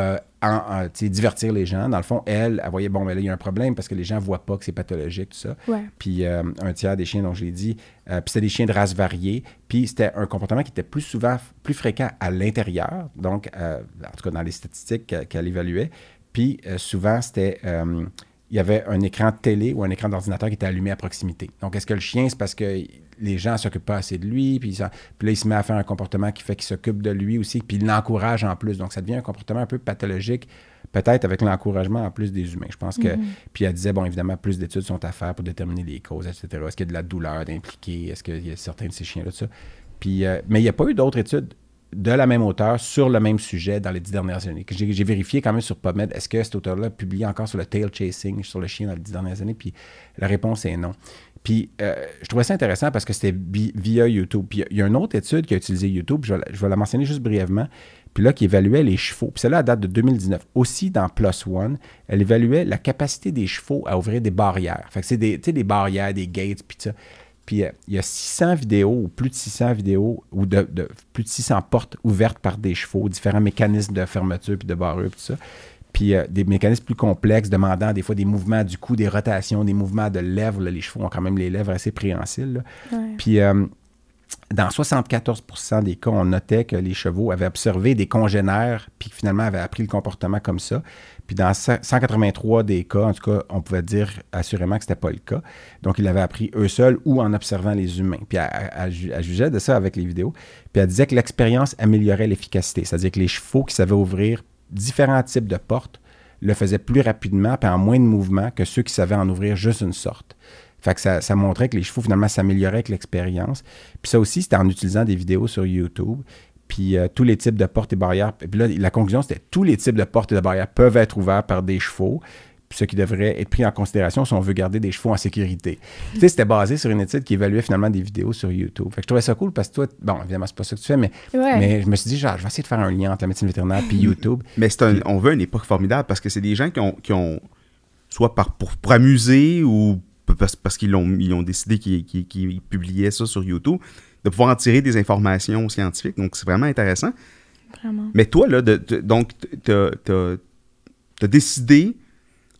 divertir les gens, dans le fond, elle voyait, bon, mais là, il y a un problème parce que les gens ne voient pas que c'est pathologique, tout ça. Ouais. Puis un tiers des chiens, dont je l'ai dit, puis c'était des chiens de race variée, puis c'était un comportement qui était plus fréquent à l'intérieur, donc, en tout cas, dans les statistiques qu'elle évaluait. Puis souvent, c'était... il y avait un écran de télé ou un écran d'ordinateur qui était allumé à proximité. Donc, est-ce que le chien, c'est parce que les gens ne s'occupent pas assez de lui, puis là, il se met à faire un comportement qui fait qu'il s'occupe de lui aussi, puis il l'encourage en plus. Donc, ça devient un comportement un peu pathologique, peut-être avec l'encouragement en plus des humains. Je pense que... Puis elle disait, bon, évidemment, plus d'études sont à faire pour déterminer les causes, etc. Est-ce qu'il y a de la douleur d'impliquer? Est-ce qu'il y a certains de ces chiens-là, tout ça? Puis, mais il n'y a pas eu d'autres études de la même auteur sur le même sujet dans les 10 dernières années. J'ai vérifié quand même sur PubMed, est-ce que cet auteur-là a publié encore sur le tail chasing, sur le chien dans les 10 dernières années? Puis la réponse est non. Puis je trouvais ça intéressant parce que c'était via YouTube. Puis il y a une autre étude qui a utilisé YouTube, je vais la mentionner juste brièvement, puis là, qui évaluait les chevaux. Puis celle-là, elle date de 2019. Aussi, dans PLOS ONE, elle évaluait la capacité des chevaux à ouvrir des barrières. Fait que c'est des barrières, des gates, puis ça. Puis il y a 600 vidéos ou plus de 600 vidéos ou de plus de 600 portes ouvertes par des chevaux, différents mécanismes de fermeture puis de barrure, puis tout ça. Puis des mécanismes plus complexes demandant des fois des mouvements du cou, des rotations, des mouvements de lèvres. Là, les chevaux ont quand même les lèvres assez préhensiles. Là. Ouais. Puis dans 74% des cas, on notait que les chevaux avaient observé des congénères puis finalement avaient appris le comportement comme ça. Puis dans 183 des cas, en tout cas, on pouvait dire assurément que ce n'était pas le cas. Donc, ils l'avaient appris eux seuls ou en observant les humains. Puis elle jugeait de ça avec les vidéos. Puis elle disait que l'expérience améliorait l'efficacité. C'est-à-dire que les chevaux qui savaient ouvrir différents types de portes le faisaient plus rapidement et en moins de mouvement que ceux qui savaient en ouvrir juste une sorte. Fait que ça montrait que les chevaux, finalement, s'amélioraient avec l'expérience. Puis ça aussi, c'était en utilisant des vidéos sur YouTube. Puis tous les types de portes et barrières. Puis là, la conclusion, c'était tous les types de portes et de barrières peuvent être ouverts par des chevaux. Puis ce qui devrait être pris en considération si on veut garder des chevaux en sécurité. Tu sais, c'était basé sur une étude qui évaluait finalement des vidéos sur YouTube. Fait que je trouvais ça cool parce que toi, bon, évidemment, c'est pas ça que tu fais, mais je me suis dit, genre, je vais essayer de faire un lien entre la médecine vétérinaire puis YouTube. Mais on veut une époque formidable parce que c'est des gens qui ont soit pour amuser ou parce qu'ils ont décidé qu'ils publiaient ça sur YouTube, de pouvoir en tirer des informations scientifiques. Donc, c'est vraiment intéressant. Vraiment. Mais toi, là, donc, tu as décidé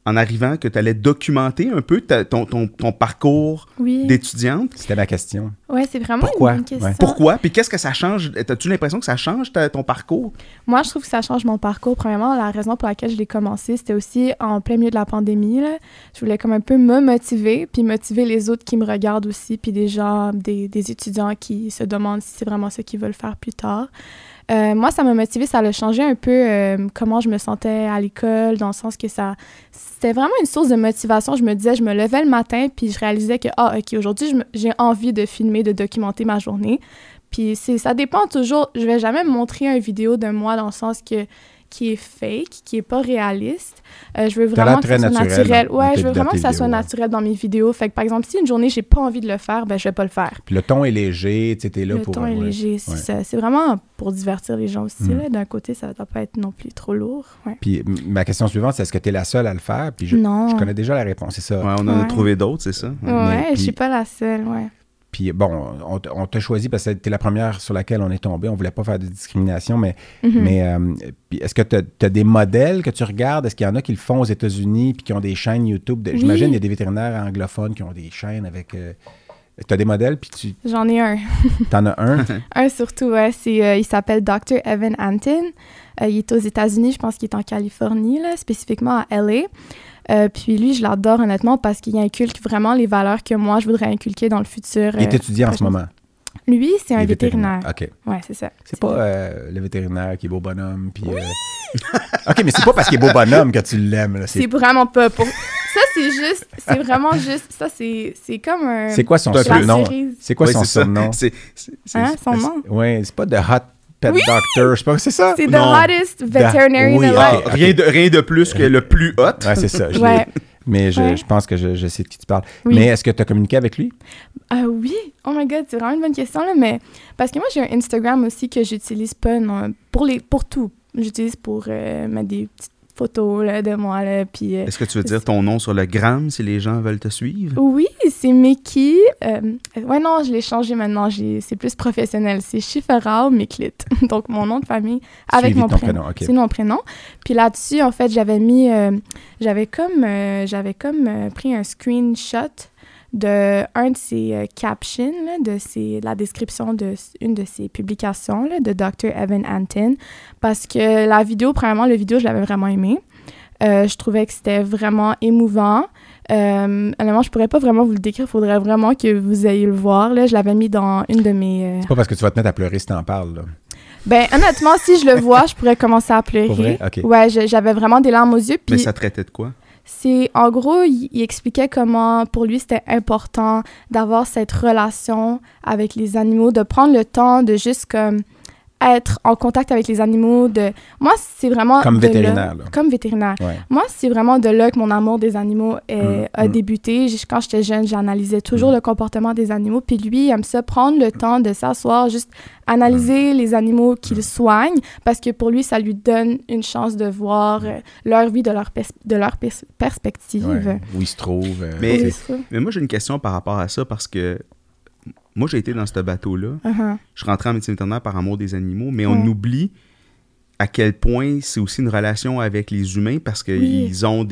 en arrivant, que tu allais documenter un peu ton parcours Oui. d'étudiante. C'était ma question. Ouais, c'est vraiment Pourquoi? une bonne question. Ouais. Pourquoi? Puis qu'est-ce que ça change? As-tu l'impression que ça change ton parcours? Moi, je trouve que ça change mon parcours. Premièrement, la raison pour laquelle je l'ai commencé, c'était aussi en plein milieu de la pandémie, là. Je voulais comme un peu me motiver, puis motiver les autres qui me regardent aussi, puis des gens, des étudiants qui se demandent si c'est vraiment ça qu'ils veulent faire plus tard. Moi, ça m'a motivée, ça a changé un peu comment je me sentais à l'école, dans le sens que c'était vraiment une source de motivation. Je me disais, je me levais le matin, puis je réalisais que, OK, aujourd'hui, j'ai envie de filmer, de documenter ma journée. Puis ça dépend toujours, je vais jamais me montrer une vidéo de moi dans le sens qui est fake, qui est pas réaliste. Je veux vraiment que ça soit naturel. Ouais, je veux vraiment que ça soit naturel dans mes vidéos. Fait que, par exemple, si une journée, j'ai pas envie de le faire, ben je vais pas le faire. Puis le ton est léger, tu sais, t'es là pour... Le ton est léger, c'est vraiment pour divertir les gens aussi. Là. D'un côté, ça doit pas être non plus trop lourd. Ouais. Puis ma question suivante, c'est est-ce que t'es la seule à le faire? Puis non. Je connais déjà la réponse, c'est ça. Ouais, on en a trouvé d'autres, c'est ça? Ouais, je suis pas la seule, ouais. Puis bon, on t'a choisi parce que c'était la première sur laquelle on est tombé. On voulait pas faire de discrimination, mais puis est-ce que tu as des modèles que tu regardes? Est-ce qu'il y en a qui le font aux États-Unis puis qui ont des chaînes YouTube? J'imagine qu'il y a des vétérinaires anglophones qui ont des chaînes avec... tu as des modèles? Puis J'en ai un. T'en as un? Un surtout, ouais. Il s'appelle Dr. Evan Antin. Il est aux États-Unis, je pense qu'il est en Californie, là, spécifiquement à LA. Puis lui, je l'adore honnêtement parce qu'il inculque vraiment les valeurs que moi, je voudrais inculquer dans le futur. Il est étudiant en ce moment? Lui, c'est un vétérinaire. OK. Ouais, c'est ça. C'est pas le vétérinaire qui est beau bonhomme, puis... OK, mais c'est pas parce qu'il est beau bonhomme que tu l'aimes, là. C'est vraiment pas pour... Ça, c'est vraiment juste... Ça, c'est comme un... C'est quoi son surnom? C'est quoi son surnom? Son nom? Oui, c'est pas de Hot Pet Doctor, je sais pas, c'est ça? C'est the hottest veterinary in the world. Rien de plus que le plus hot. Ouais, c'est ça. Mais je pense que je sais de qui tu parles. Oui. Mais est-ce que tu as communiqué avec lui? Oui. Oh my God, c'est vraiment une bonne question, là, mais... Parce que moi, j'ai un Instagram aussi que j'utilise pas pour tout. J'utilise pour mettre des petites photos là, de moi, là, puis... Est-ce que tu veux dire ton nom sur le gram si les gens veulent te suivre? Oui, c'est Mickey. Ouais, non, je l'ai changé maintenant. C'est plus professionnel. C'est Schifferau Miklit. Donc, mon nom de famille avec mon prénom. Okay. C'est mon prénom. Puis là-dessus, en fait, j'avais mis... j'avais comme pris un screenshot de un de ses captions, là, de la description d'une de ses publications là, de Dr. Evan Antin, parce que la vidéo, premièrement, je l'avais vraiment aimé. Je trouvais que c'était vraiment émouvant. Honnêtement, je pourrais pas vraiment vous le décrire. Il faudrait vraiment que vous ayez le voir. Là. Je l'avais mis dans une de mes... C'est pas parce que tu vas te mettre à pleurer si t'en parles, là. Ben, honnêtement, si je le vois, je pourrais commencer à pleurer. Pour vrai? Okay. Ouais, j'avais vraiment des larmes aux yeux. Mais ça traitait de quoi? En gros, il expliquait comment, pour lui, c'était important d'avoir cette relation avec les animaux, de prendre le temps de juste comme être en contact avec les animaux. Moi, c'est vraiment... Comme vétérinaire, là. Comme vétérinaire. Ouais. Moi, c'est vraiment de là que mon amour des animaux a débuté. Quand j'étais jeune, j'analysais toujours le comportement des animaux. Puis lui, il aime ça, prendre le temps de s'asseoir, juste analyser les animaux qu'il soigne, parce que pour lui, ça lui donne une chance de voir leur vie de leur perspective. Ouais. Où ils se trouvent. Mais moi, j'ai une question par rapport à ça, parce que moi, j'ai été dans ce bateau-là. Je rentrais en médecine vétérinaire par amour des animaux, mais on oublie à quel point c'est aussi une relation avec les humains, parce qu'ils ont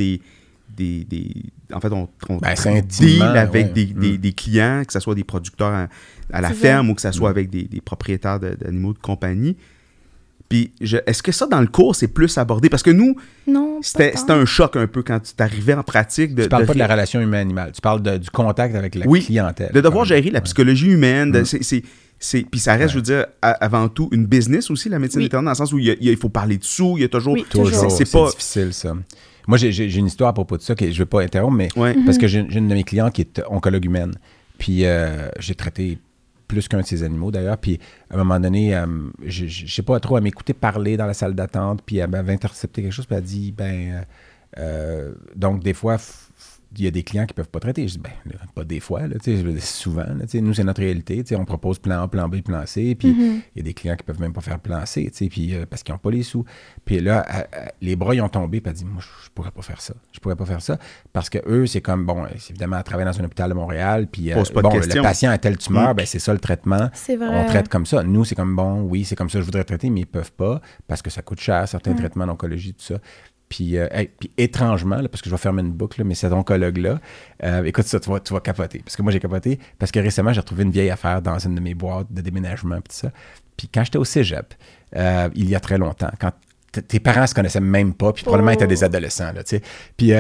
en fait, on deal avec des clients, que ce soit des producteurs à la ferme ou que ce soit avec des propriétaires d'animaux de compagnie. Puis, est-ce que ça, dans le cours, c'est plus abordé? Parce que nous, c'était un choc un peu quand tu t'arrivais en pratique. Tu parles pas de la relation humaine-animale. Tu parles du contact avec la clientèle. De devoir gérer la psychologie humaine. Puis ça reste, je veux dire, avant tout, une business aussi, la médecine vétérinaire, dans le sens où il faut parler de sous, il y a toujours... Oui, toujours. C'est difficile, ça. Moi, j'ai une histoire à propos de ça que je ne vais pas interrompre, mais parce que j'ai une de mes clientes qui est oncologue humaine. Puis j'ai traité plus qu'un de ses animaux, d'ailleurs. Puis, à un moment donné, je ne sais pas trop, elle m'écoutait parler dans la salle d'attente, puis elle m'avait intercepté quelque chose, puis elle a dit, donc, des fois, il y a des clients qui ne peuvent pas traiter. Je dis, pas des fois, là, souvent. Là, nous, c'est notre réalité. On propose plan A, plan B, plan C, puis il y a des clients qui ne peuvent même pas faire plan C, puis, parce qu'ils n'ont pas les sous. Puis là, les bras, ils ont tombé, puis elle dit, moi, je ne pourrais pas faire ça. Je ne pourrais pas faire ça, parce que eux, c'est comme, évidemment, elle travaille dans un hôpital de Montréal, puis le patient a telle tumeur, c'est ça le traitement. C'est vrai. On traite comme ça. Nous, c'est comme, oui, c'est comme ça, je voudrais traiter, mais ils ne peuvent pas, parce que ça coûte cher, certains traitements d'oncologie, tout ça. Puis étrangement, là, parce que je vais fermer une boucle, là, mais cet oncologue-là, écoute ça, tu vas capoter. Parce que moi, j'ai capoté, parce que récemment, j'ai retrouvé une vieille affaire dans une de mes boîtes de déménagement, puis tout ça. Puis quand j'étais au cégep, il y a très longtemps, quand tes parents se connaissaient même pas, puis probablement étaient des adolescents, là, tu sais. Puis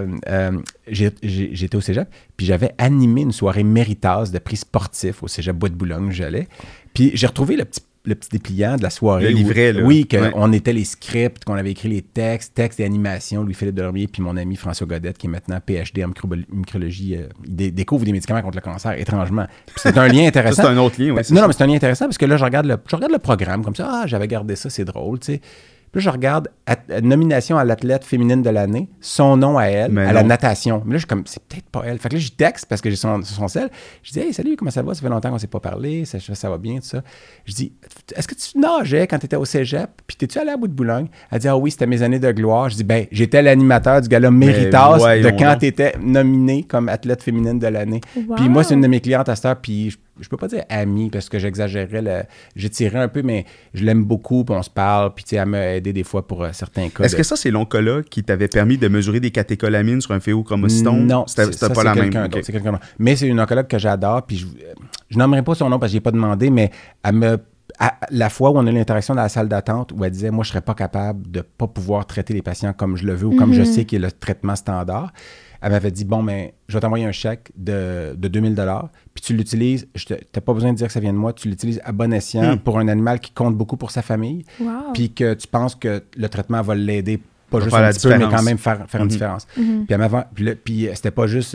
j'étais au cégep, puis j'avais animé une soirée Méritas de prix sportif au cégep Bois de Boulogne où j'allais. Puis j'ai retrouvé le petit dépliant de la soirée. Le livret, là. Oui, qu'on était les scripts, qu'on avait écrit les textes et animations, Louis-Philippe Delormier, puis mon ami François Godette, qui est maintenant PhD en micrologie, il découvre des médicaments contre le cancer, étrangement. Puis c'est un lien intéressant. Ça, c'est un autre lien, oui. Non, mais c'est un lien intéressant parce que là, je regarde le programme comme ça. Ah, j'avais gardé ça, c'est drôle, tu sais. Puis là, je regarde nomination à l'athlète féminine de l'année, son nom à elle, la natation. Mais là, je suis comme, c'est peut-être pas elle. Fait que là, je texte parce que j'ai son cell. Je dis, hey, salut, comment ça va? Ça fait longtemps qu'on ne s'est pas parlé. Ça va bien, tout ça. Je dis, est-ce que tu nageais quand tu étais au cégep? Puis t'es-tu allé à Bout de Boulogne? Elle dit, ah oui, c'était mes années de gloire. Je dis, ben, j'étais l'animateur du gala Méritas de quand tu étais nominée comme athlète féminine de l'année. Wow. Puis moi, c'est une de mes clientes à cette heure. Puis je peux pas dire amie parce que j'exagérerais, j'étirais un peu, mais je l'aime beaucoup, puis on se parle, puis tu sais, elle m'a aidé des fois pour certains cas. Est-ce que ça, c'est l'oncologue qui t'avait permis de mesurer des catécholamines sur un phéochromocytome? Non, c'était pas la même. Okay. C'est quelqu'un d'autre. Mais c'est une oncologue que j'adore, puis je nommerai pas son nom parce que j'ai pas demandé, mais la fois où on a eu l'interaction dans la salle d'attente, où elle disait, moi, je serais pas capable de pas pouvoir traiter les patients comme je le veux ou comme je sais qu'il est le traitement standard. Elle m'avait dit, bon, mais je vais t'envoyer un chèque de 2000 $, puis tu l'utilises, tu n'as pas besoin de dire que ça vient de moi, tu l'utilises à bon escient pour un animal qui compte beaucoup pour sa famille, puis que tu penses que le traitement va l'aider, pas juste un petit peu, mais quand même faire une différence. Puis c'était pas juste,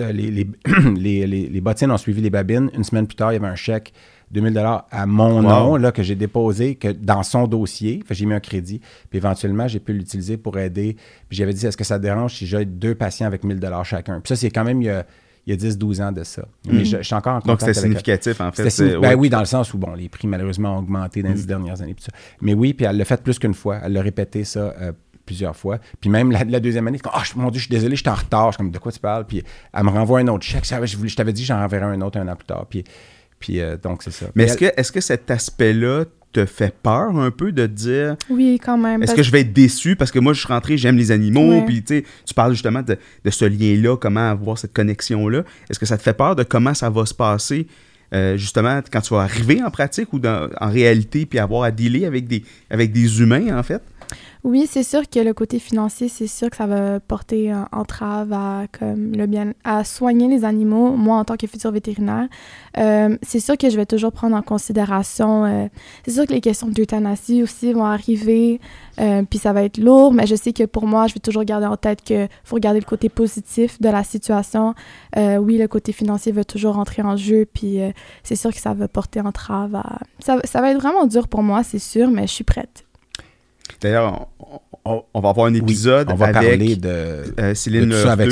les bottines ont suivi les babines, une semaine plus tard, il y avait un chèque 2000 $ à mon nom là, que j'ai déposé dans son dossier. J'ai mis un crédit. Puis éventuellement, j'ai pu l'utiliser pour aider. Puis j'avais dit, est-ce que ça te dérange si j'ai 2 patients avec 1000 $ chacun? Puis ça, c'est quand même il y a 10-12 ans de ça. Mais je suis encore en contact. Donc, c'était significatif, en fait. Oui, dans le sens où, bon, les prix, malheureusement, ont augmenté dans les 10 dernières années. Puis ça. Mais oui, puis elle l'a fait plus qu'une fois. Elle l'a répété ça plusieurs fois. Puis même la deuxième année, c'est comme, mon Dieu, je suis désolé, je suis en retard. Je suis comme, de quoi tu parles? Puis elle me renvoie un autre chèque. Je t'avais dit, j'en renverrai un autre un an plus tard. Puis donc, c'est ça. Mais est-ce que cet aspect-là te fait peur un peu de te dire... Oui, quand même. Est-ce que je vais être déçu? Parce que moi, je suis rentré, j'aime les animaux, puis tu parles justement de ce lien-là, comment avoir cette connexion-là. Est-ce que ça te fait peur de comment ça va se passer, justement, quand tu vas arriver en pratique ou en réalité, puis avoir à dealer avec des humains, en fait? Oui, c'est sûr que le côté financier, c'est sûr que ça va porter entrave à soigner les animaux. Moi, en tant que futur vétérinaire, c'est sûr que je vais toujours prendre en considération. C'est sûr que les questions d'euthanasie aussi vont arriver, puis ça va être lourd, mais je sais que pour moi, je vais toujours garder en tête qu'il faut regarder le côté positif de la situation. Oui, le côté financier va toujours entrer en jeu, puis c'est sûr que ça va porter entrave à... Ça va être vraiment dur pour moi, c'est sûr, mais je suis prête. D'ailleurs, on va avoir un épisode on va avec parler de Céline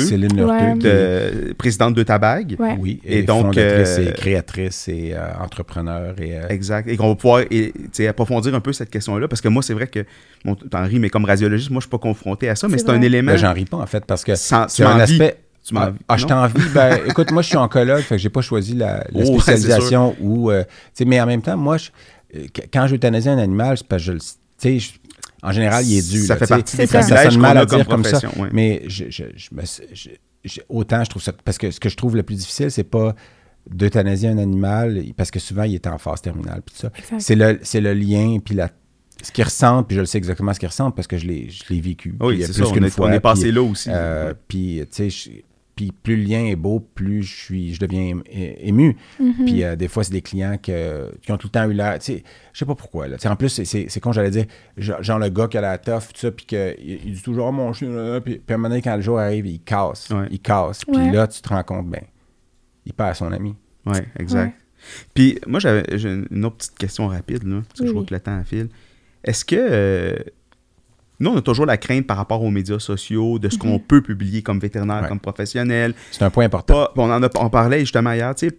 Lurteux, présidente de Tabag. Ouais. Oui, et donc fondatrice et créatrice et entrepreneur. Exact. Et qu'on va pouvoir approfondir un peu cette question-là, parce que moi, c'est vrai que, t'en ris, mais comme radiologiste, moi, je ne suis pas confronté à ça, mais c'est un élément... Ben, j'en ris pas, en fait, parce que c'est un aspect... je t'envie. Ben, écoute, moi, je suis oncologue, fait que j'ai pas choisi la spécialisation mais en même temps, moi, quand j'euthanasie un animal, c'est parce que en général, il est dû. Ça fait partie des privilèges ça sonne mal à dire comme ça. Ouais. Mais autant, je trouve ça... Parce que ce que je trouve le plus difficile, c'est pas d'euthanasier un animal, parce que souvent, il est en phase terminale. Puis ça. C'est le lien, puis ce qu'ils ressentent, puis je le sais exactement ce qu'ils ressentent, parce que je l'ai vécu. Oui, c'est plus qu'une fois. On est passé là aussi. Puis, tu sais... Puis plus le lien est beau, plus je deviens ému. Mm-hmm. Puis des fois, c'est des clients qui ont tout le temps eu l'air... Tu sais, je sais pas pourquoi. Là. En plus, c'est con, j'allais dire, genre le gars qui a la toffe, tout ça, puis qu'il dit toujours « mon chien... » Puis à un moment donné, quand le jour arrive, il casse. Ouais. Il casse. Puis là, tu te rends compte, il perd son ami. Oui, exact. Ouais. Puis moi, j'ai une autre petite question rapide, là, parce que je vois que le temps file. Est-ce que... Nous, on a toujours la crainte par rapport aux médias sociaux de ce qu'on peut publier comme vétérinaire, comme professionnel. C'est un point important. On parlait justement hier, tu sais,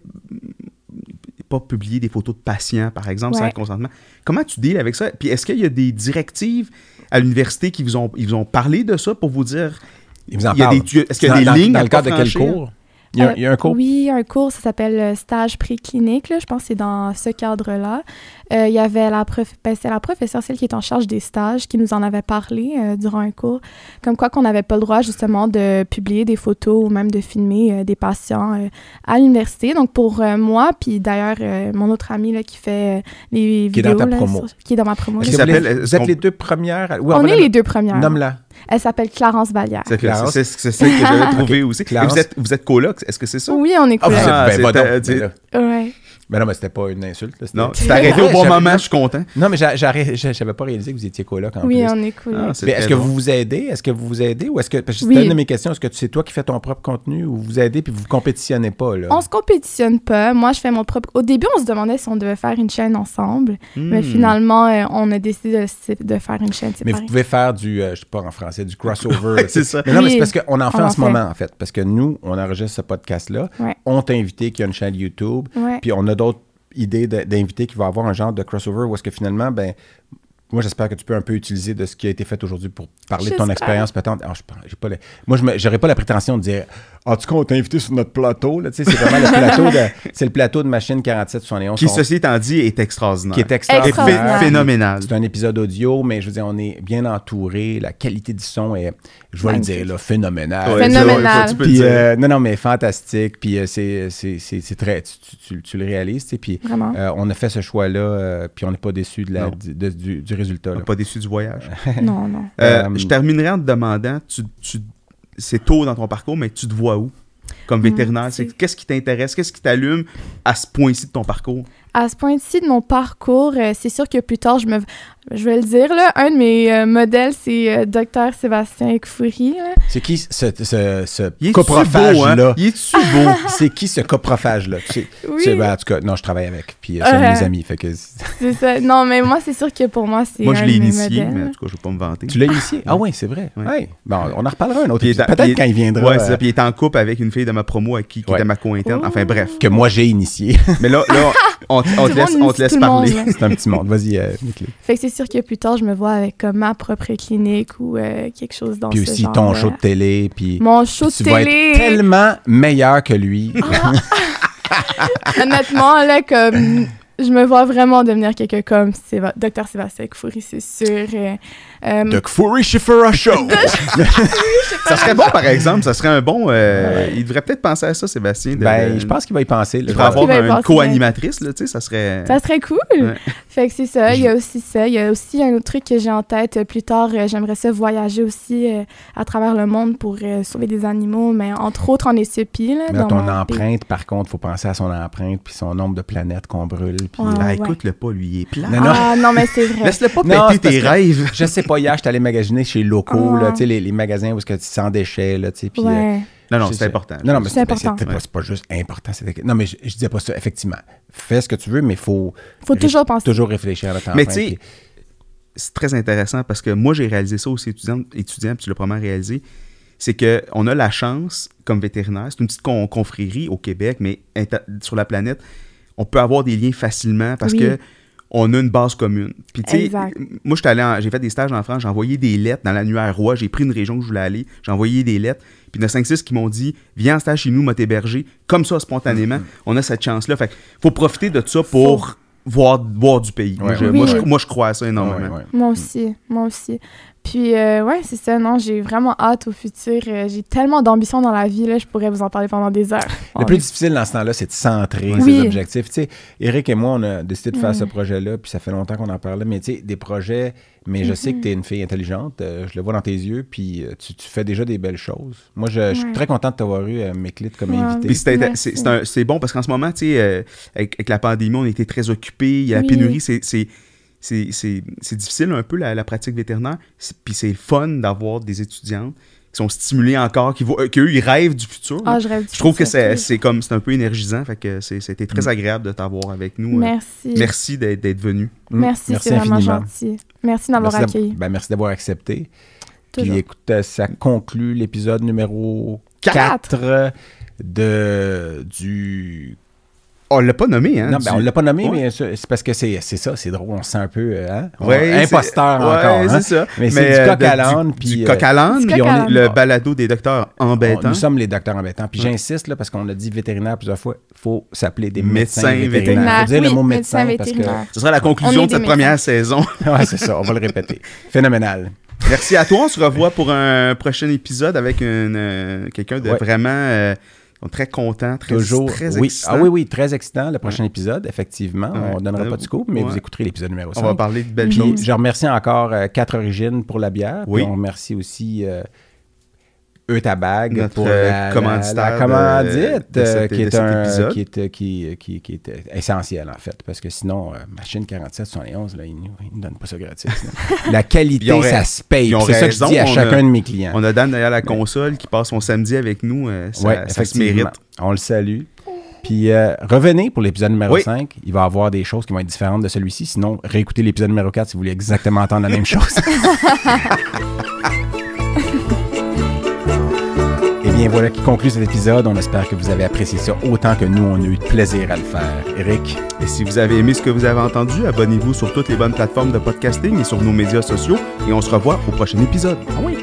pas publier des photos de patients, par exemple, sans consentement. Comment tu deals avec ça? Puis est-ce qu'il y a des directives à l'université qui vous ont parlé de ça pour vous dire... Ils vous en parlent. Est-ce qu'il y a des lignes dans le cadre de quel cours? Il y a un cours? Oui, un cours, ça s'appelle stage préclinique, là. Je pense que c'est dans ce cadre-là. Il y avait c'est la professeure, celle qui est en charge des stages, qui nous en avait parlé durant un cours, comme quoi qu'on n'avait pas le droit, justement, de publier des photos ou même de filmer des patients à l'université. Donc, pour moi, puis d'ailleurs, mon autre ami là, qui fait les vidéos... Qui est dans ta promo. Qui est dans ma promo. Qui là. s'appelle- Vous êtes les deux premières? Oui, On est les deux premières. Nomme-la. Elle s'appelle Clarence Vallière. C'est Clarence. celle que j'avais trouvé aussi. Et Clarence. vous êtes coloc, est-ce que c'est ça? Oui, on est Ah, vous cool. êtes... Ah, Ben, va donc. c'était- Mais là- Ouais. Ben non, mais c'était pas une insulte. Là, c'était- Non, tu t'es arrêté au bon moment, je suis content. Non, mais j'avais pas réalisé que vous étiez coloc en plus. Oui, on est cool. Ah, c'est Mais est-ce très que drôle. vous vous aidez? Est-ce que vous vous aidez? Ou est-ce que... Parce que Oui. c'était une de mes questions. Est-ce que c'est toi qui fais ton propre contenu ou vous vous aidez puis vous compétitionnez pas, là? On se compétitionne pas. Moi, je fais mon propre... Au début, on se demandait si on devait faire une chaîne ensemble. Mais finalement, on a décidé de faire une chaîne Mais séparée. vous pouvez faire du, je sais pas en français, du crossover. Ouais, c'est ça. Mais non, mais Oui, c'est parce qu'on en fait on en en ce fait. moment, en fait. Parce que nous, on enregistre ce podcast-là. Ouais. On t'a invité qui a une chaîne YouTube. Ouais. Puis on a d'autres idées d'invités qui vont avoir un genre de crossover où est-ce que finalement, ben moi, j'espère que tu peux un peu utiliser de ce qui a été fait aujourd'hui pour parler de ton J'espère. expérience peut-être. Ah, j'ai pas moi, j'aurais pas la prétention de dire « En tout cas, on t'a invité sur notre plateau. » Là, tu sais, c'est vraiment c'est le plateau de Machine 4771. Qui, ceci étant dit, est extraordinaire. Qui est extraordinaire. Phénoménal. C'est un épisode audio, mais je veux dire, on est bien entouré. La qualité du son est, je vais le dire, là, phénoménale. Ouais, Phénoménal. tu peux le Puis, dire. non, mais fantastique. Puis, c'est très... Tu le réalises, tu sais. Puis, Vraiment. on a fait ce choix-là, puis on n'est pas déçu Non. du résultat. Là. Pas déçu du voyage. Non, non. Je terminerai en te demandant, c'est tôt dans ton parcours, mais tu te vois où? Comme vétérinaire, qu'est-ce qui t'intéresse? Qu'est-ce qui t'allume à ce point-ci de ton parcours? À ce point-ci de mon parcours, c'est sûr que plus tard, je vais le dire, là, un de mes modèles, c'est Dr Sébastien Ekfouri. Là. C'est qui ce Il est-tu coprophage-là? beau, hein? Il est-tu beau? C'est qui ce coprophage-là? Oui. Ben, en tout cas, non, je travaille avec. Puis c'est un de mes amis. Fait que... C'est ça. Non, mais moi, c'est sûr que pour moi, c'est Moi, un je l'ai de mes initié, modèles. mais en tout cas, je ne vais pas me vanter. Tu l'as initié? Ah oui, c'est vrai. Ouais. Ouais. Bon, on en reparlera un autre Puis épisode. Peut-être quand il viendra. Ouais, c'est ça. Puis il est en couple avec une fille de ma promo qui Ouais. était ma co-interne. Oh. Enfin, bref. Que moi, j'ai initié. Mais là on Tout le monde te laisse initie tout le monde, parler. là. C'est un petit monde. Vas-y, Nick. Fait que c'est sûr que plus tard, je me vois avec comme ma propre clinique ou quelque chose dans Puis ce aussi genre. ton show de télé. Puis Mon show de tu vas télé. être tellement meilleur que lui. Honnêtement, là, comme... Je me vois vraiment devenir quelqu'un comme Dr Sébastien Ekfouri, c'est sûr. The Fury Schiffer Show. Ça serait bon, par exemple. Ça serait un bon... Il devrait peut-être penser à ça, Sébastien. Ben, je pense qu'il va y penser. Il là. devrait avoir qu'il va y une penser, co-animatrice, là, tu sais, ça serait... Ça serait cool. Ouais. Fait que c'est ça. Il y a aussi ça. Il y a aussi un autre truc que j'ai en tête. Plus tard, j'aimerais ça voyager aussi à travers le monde pour sauver des animaux, mais entre autres en Éthiopie. Là, Mais dans ton mon pays. empreinte, par contre, il faut penser à son empreinte puis son nombre de planètes qu'on brûle. Puis, Ouais. Ah, écoute-le pas, lui, il est plat. Non, non. Ah non, mais c'est vrai. Laisse-le pas Non, péter c'est parce tes que- rêves. Je sais pas, hier, j'étais allé magasiner chez Locaux, Ah. là, tu sais, les magasins où est-ce que tu sans déchets, là, tu sais, puis... Ouais. Non, non, je c'est sais- important. Non, non, mais C'est important. c'est pas juste important. Non, mais je disais pas ça, effectivement. Fais ce que tu veux, mais il faut Faut toujours penser. toujours réfléchir à notre Mais empreinte, tu sais, c'est très intéressant parce que moi, j'ai réalisé ça aussi étudiant, puis tu l'as probablement réalisé, c'est qu'on a la chance, comme vétérinaire, c'est une petite confrérie au Québec, mais sur la planète, on peut avoir des liens facilement parce Oui. que on a une base commune. Puis tu sais, Exact. moi, j'ai fait des stages en France, j'ai envoyé des lettres dans l'annuaire Roi, j'ai pris une région où je voulais aller, j'ai envoyé des lettres, puis il y en a 5-6 qui m'ont dit « Viens en stage chez nous, m'a t'héberger », comme ça, spontanément, on a cette chance-là. Fait qu'il faut profiter de ça pour voir du pays. Ouais, Moi, je crois à ça énormément. Ouais, ouais. Moi aussi, moi aussi. Puis, ouais, c'est ça, non, j'ai vraiment hâte au futur. J'ai tellement d'ambition dans la vie, là, je pourrais vous en parler pendant des heures. Le plus difficile dans ce temps-là, c'est de centrer Oui. ses objectifs. Tu sais, Eric et moi, on a décidé de faire ce projet-là, puis ça fait longtemps qu'on en parlait, mais tu sais, des projets, mais je sais que tu es une fille intelligente, je le vois dans tes yeux, puis tu fais déjà des belles choses. Moi, je suis très content de t'avoir eu, Méclite, comme Ouais. invité. Puis Merci. c'est bon parce qu'en ce moment, tu sais, avec la pandémie, on était très occupés. Il y a la Oui. pénurie, c'est difficile un peu la pratique vétérinaire. Puis c'est fun d'avoir des étudiantes qui sont stimulées encore, qu'eux, ils rêvent du futur. là. Ah, je rêve du Je trouve que futur. c'est un peu énergisant. Fait que c'était très agréable de t'avoir avec nous. Merci. Merci d'être venu. Merci, c'est vraiment infiniment. gentil. Merci d'avoir accueilli. Merci d'avoir accepté. Toujours. Puis écoute, ça conclut l'épisode numéro 4 4 du On l'a pas nommé, hein? Non, on l'a pas nommé, Ouais. mais c'est parce que c'est ça, c'est drôle. On se sent un peu Ouais, imposteur encore. c'est hein? ça. Mais c'est du coq à l'âne. Du puis, coq à l'âne, du puis coq on à est l'âne. le balado des docteurs embêtants. Nous sommes les docteurs embêtants. Puis j'insiste, là, parce qu'on a dit vétérinaire plusieurs fois, il faut s'appeler des Médecins médecins vétérinaires. Il faut dire Oui, le mot médecin médecin parce que... vétérinaire. Ce sera la conclusion On est de cette des première médecins. saison. Ouais, c'est ça, on va le répéter. Phénoménal. Merci à toi. On se revoit pour un prochain épisode avec quelqu'un de Ouais. vraiment très content, très Oui. excitant. Ah oui, très excitant. Le prochain épisode, effectivement. Ouais. On ne donnera pas de scoop, mais Ouais. vous écouterez l'épisode numéro 5. On va parler de belles Puis, choses. je remercie encore 4 Origines pour la bière. Oui. Puis on remercie aussi Eutabag Notre pour commanditaire la commandite, de cet qui est épisode. qui est essentiel, en fait. Parce que sinon, machine 4771, là, ils ne donnent pas ça gratis. là. La qualité, Ils ont ça se paye. ils ont C'est ça que je raison, dis à on chacun a- de mes clients. On a Dan derrière la console qui passe son samedi avec nous. Ça, Ouais, ça se effectivement. mérite. On le salue. Puis revenez pour l'épisode numéro Oui. 5. Il va y avoir des choses qui vont être différentes de celui-ci. Sinon, réécoutez l'épisode numéro 4 si vous voulez exactement entendre la même chose. Eh bien, voilà qui conclut cet épisode. On espère que vous avez apprécié ça autant que nous, on a eu de plaisir à le faire. Eric? Et si vous avez aimé ce que vous avez entendu, abonnez-vous sur toutes les bonnes plateformes de podcasting et sur nos médias sociaux. Et on se revoit au prochain épisode. Ah oui?